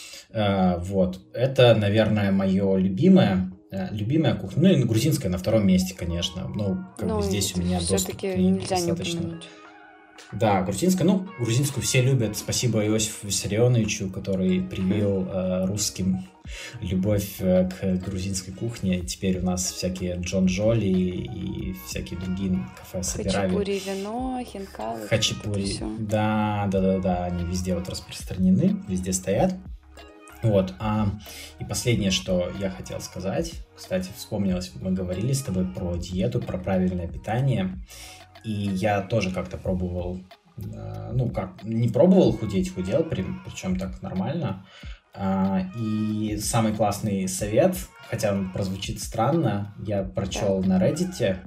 Э, Вот. Это, наверное, мое любимое. э, Любимая кухня. Ну и грузинская на втором месте, конечно. Ну, как Ну, бы здесь у меня доступ к все-таки ней нельзя не достаточно. упомянуть. Да, грузинская. Ну, грузинскую все любят. Спасибо Иосифу Виссарионовичу, который привил э, русским любовь э, к грузинской кухне. Теперь у нас всякие Джон Джоли и всякие другие кафе Саперави. Хачапури, вино, хинкалы. Хачапури. Все. Да, да, да, да, они везде вот распространены, везде стоят. Вот. А, и последнее, что я хотел сказать, кстати, вспомнилось, мы говорили с тобой про диету, про правильное питание, и я тоже как-то пробовал, э, ну как, не пробовал худеть, худел, при, причем так нормально. А, и самый классный совет, хотя он прозвучит странно, я прочел на Reddit,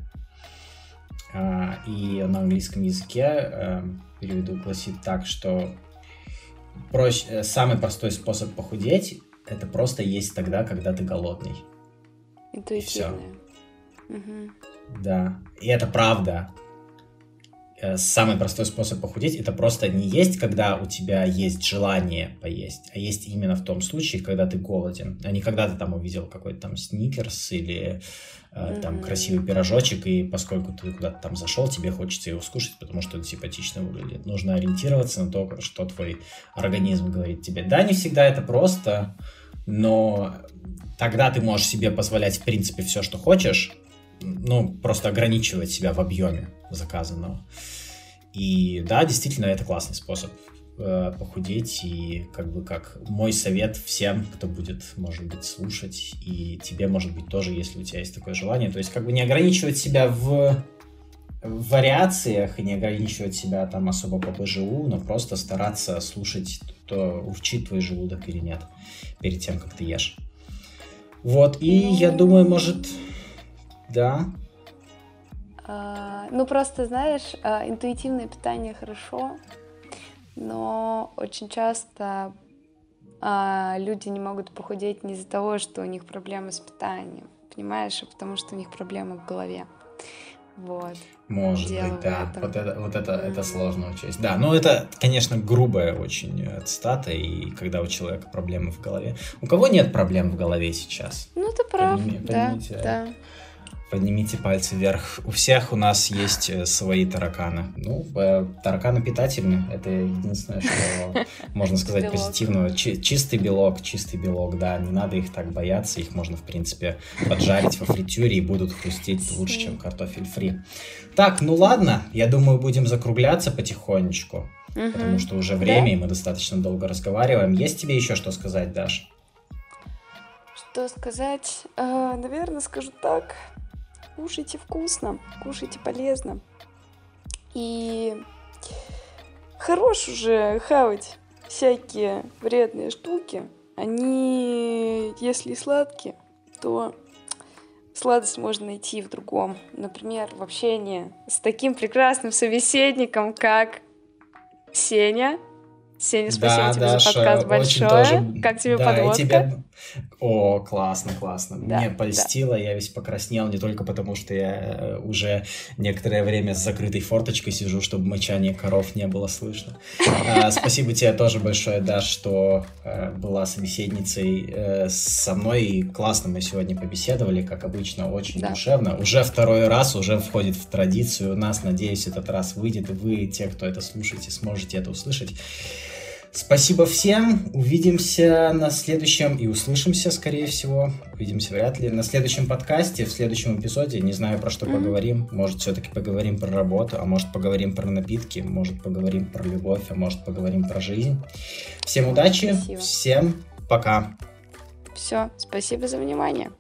а, и на английском языке э, переведу, гласит так, что проще, самый простой способ похудеть — это просто есть тогда, когда ты голодный. Интуитивное. Мгм. Да, и это правда. Э, Самый простой способ похудеть — это просто не есть, когда у тебя есть желание поесть, а есть именно в том случае, когда ты голоден, а не когда ты там увидел какой-то там сникерс или э, там Мгм. красивый пирожочек, и поскольку ты куда-то там зашел, тебе хочется его скушать, потому что он симпатично выглядит. Нужно ориентироваться на то, что твой организм говорит тебе. Да, не всегда это просто, но тогда ты можешь себе позволять в принципе все, что хочешь, ну, просто ограничивать себя в объеме заказанного. И да, действительно, это классный способ э, похудеть, и как бы как мой совет всем, кто будет, может быть, слушать, и тебе, может быть, тоже, если у тебя есть такое желание, то есть как бы не ограничивать себя в, в вариациях и не ограничивать себя там особо по БЖУ, но просто стараться слушать, то урчит твой желудок или нет перед тем, как ты ешь. Вот, и Ну. я думаю, может, да. А, ну, просто, знаешь, а, интуитивное питание хорошо, но очень часто а, люди не могут похудеть не из-за того, что у них проблемы с питанием, понимаешь, а потому что у них проблемы в голове. Вот. Может Дело быть, в да. этом. Вот это, вот это, это Мгм. сложно учесть. Да, ну это, конечно, грубая очень э, цитата, и когда у человека проблемы в голове. У кого нет проблем в голове сейчас? Ну, ты прав, Подними- да, поднимите. да. Поднимите пальцы вверх. У всех у нас есть э, свои тараканы. Ну, э, тараканы питательны. Это единственное, что можно сказать Белок. позитивного. Чи- чистый белок, чистый белок, да. Не надо их так бояться. Их можно, в принципе, поджарить во фритюре и будут хрустеть лучше, чем картофель фри. Так, ну ладно. Я думаю, будем закругляться потихонечку. Мгм. Потому что уже Да. время, и мы достаточно долго разговариваем. Есть тебе еще что сказать, Даш? Что сказать? А, наверное, скажу так. Кушайте вкусно, кушайте полезно. И хорош уже хавать всякие вредные штуки. Они, если и сладкие, то сладость можно найти в другом. Например, в общении с таким прекрасным собеседником, как Сеня. Сеня, спасибо Да, тебе за Даша, подкаст очень большое. тоже. Как тебе Да, и подводка? тебе... О, классно, классно. Да, Мне да. польстило, я весь покраснел, не только потому, что я э, уже некоторое время с закрытой форточкой сижу, чтобы мычание коров не было слышно. А, Спасибо тебе тоже большое, Даш, что э, была собеседницей э, со мной. И классно мы сегодня побеседовали, как обычно, очень Да. душевно. Уже второй раз, уже входит в традицию. У нас, надеюсь, этот раз выйдет, и вы, те, кто это слушаете, сможете это услышать. Спасибо всем. Увидимся на следующем и услышимся, скорее всего. Увидимся вряд ли. На следующем подкасте, в следующем эпизоде. Не знаю, про что Мгм. поговорим. Может, все-таки поговорим про работу, а может, поговорим про напитки, может, поговорим про любовь, а может, поговорим про жизнь. Всем удачи. Спасибо. Всем пока. Все, спасибо за внимание.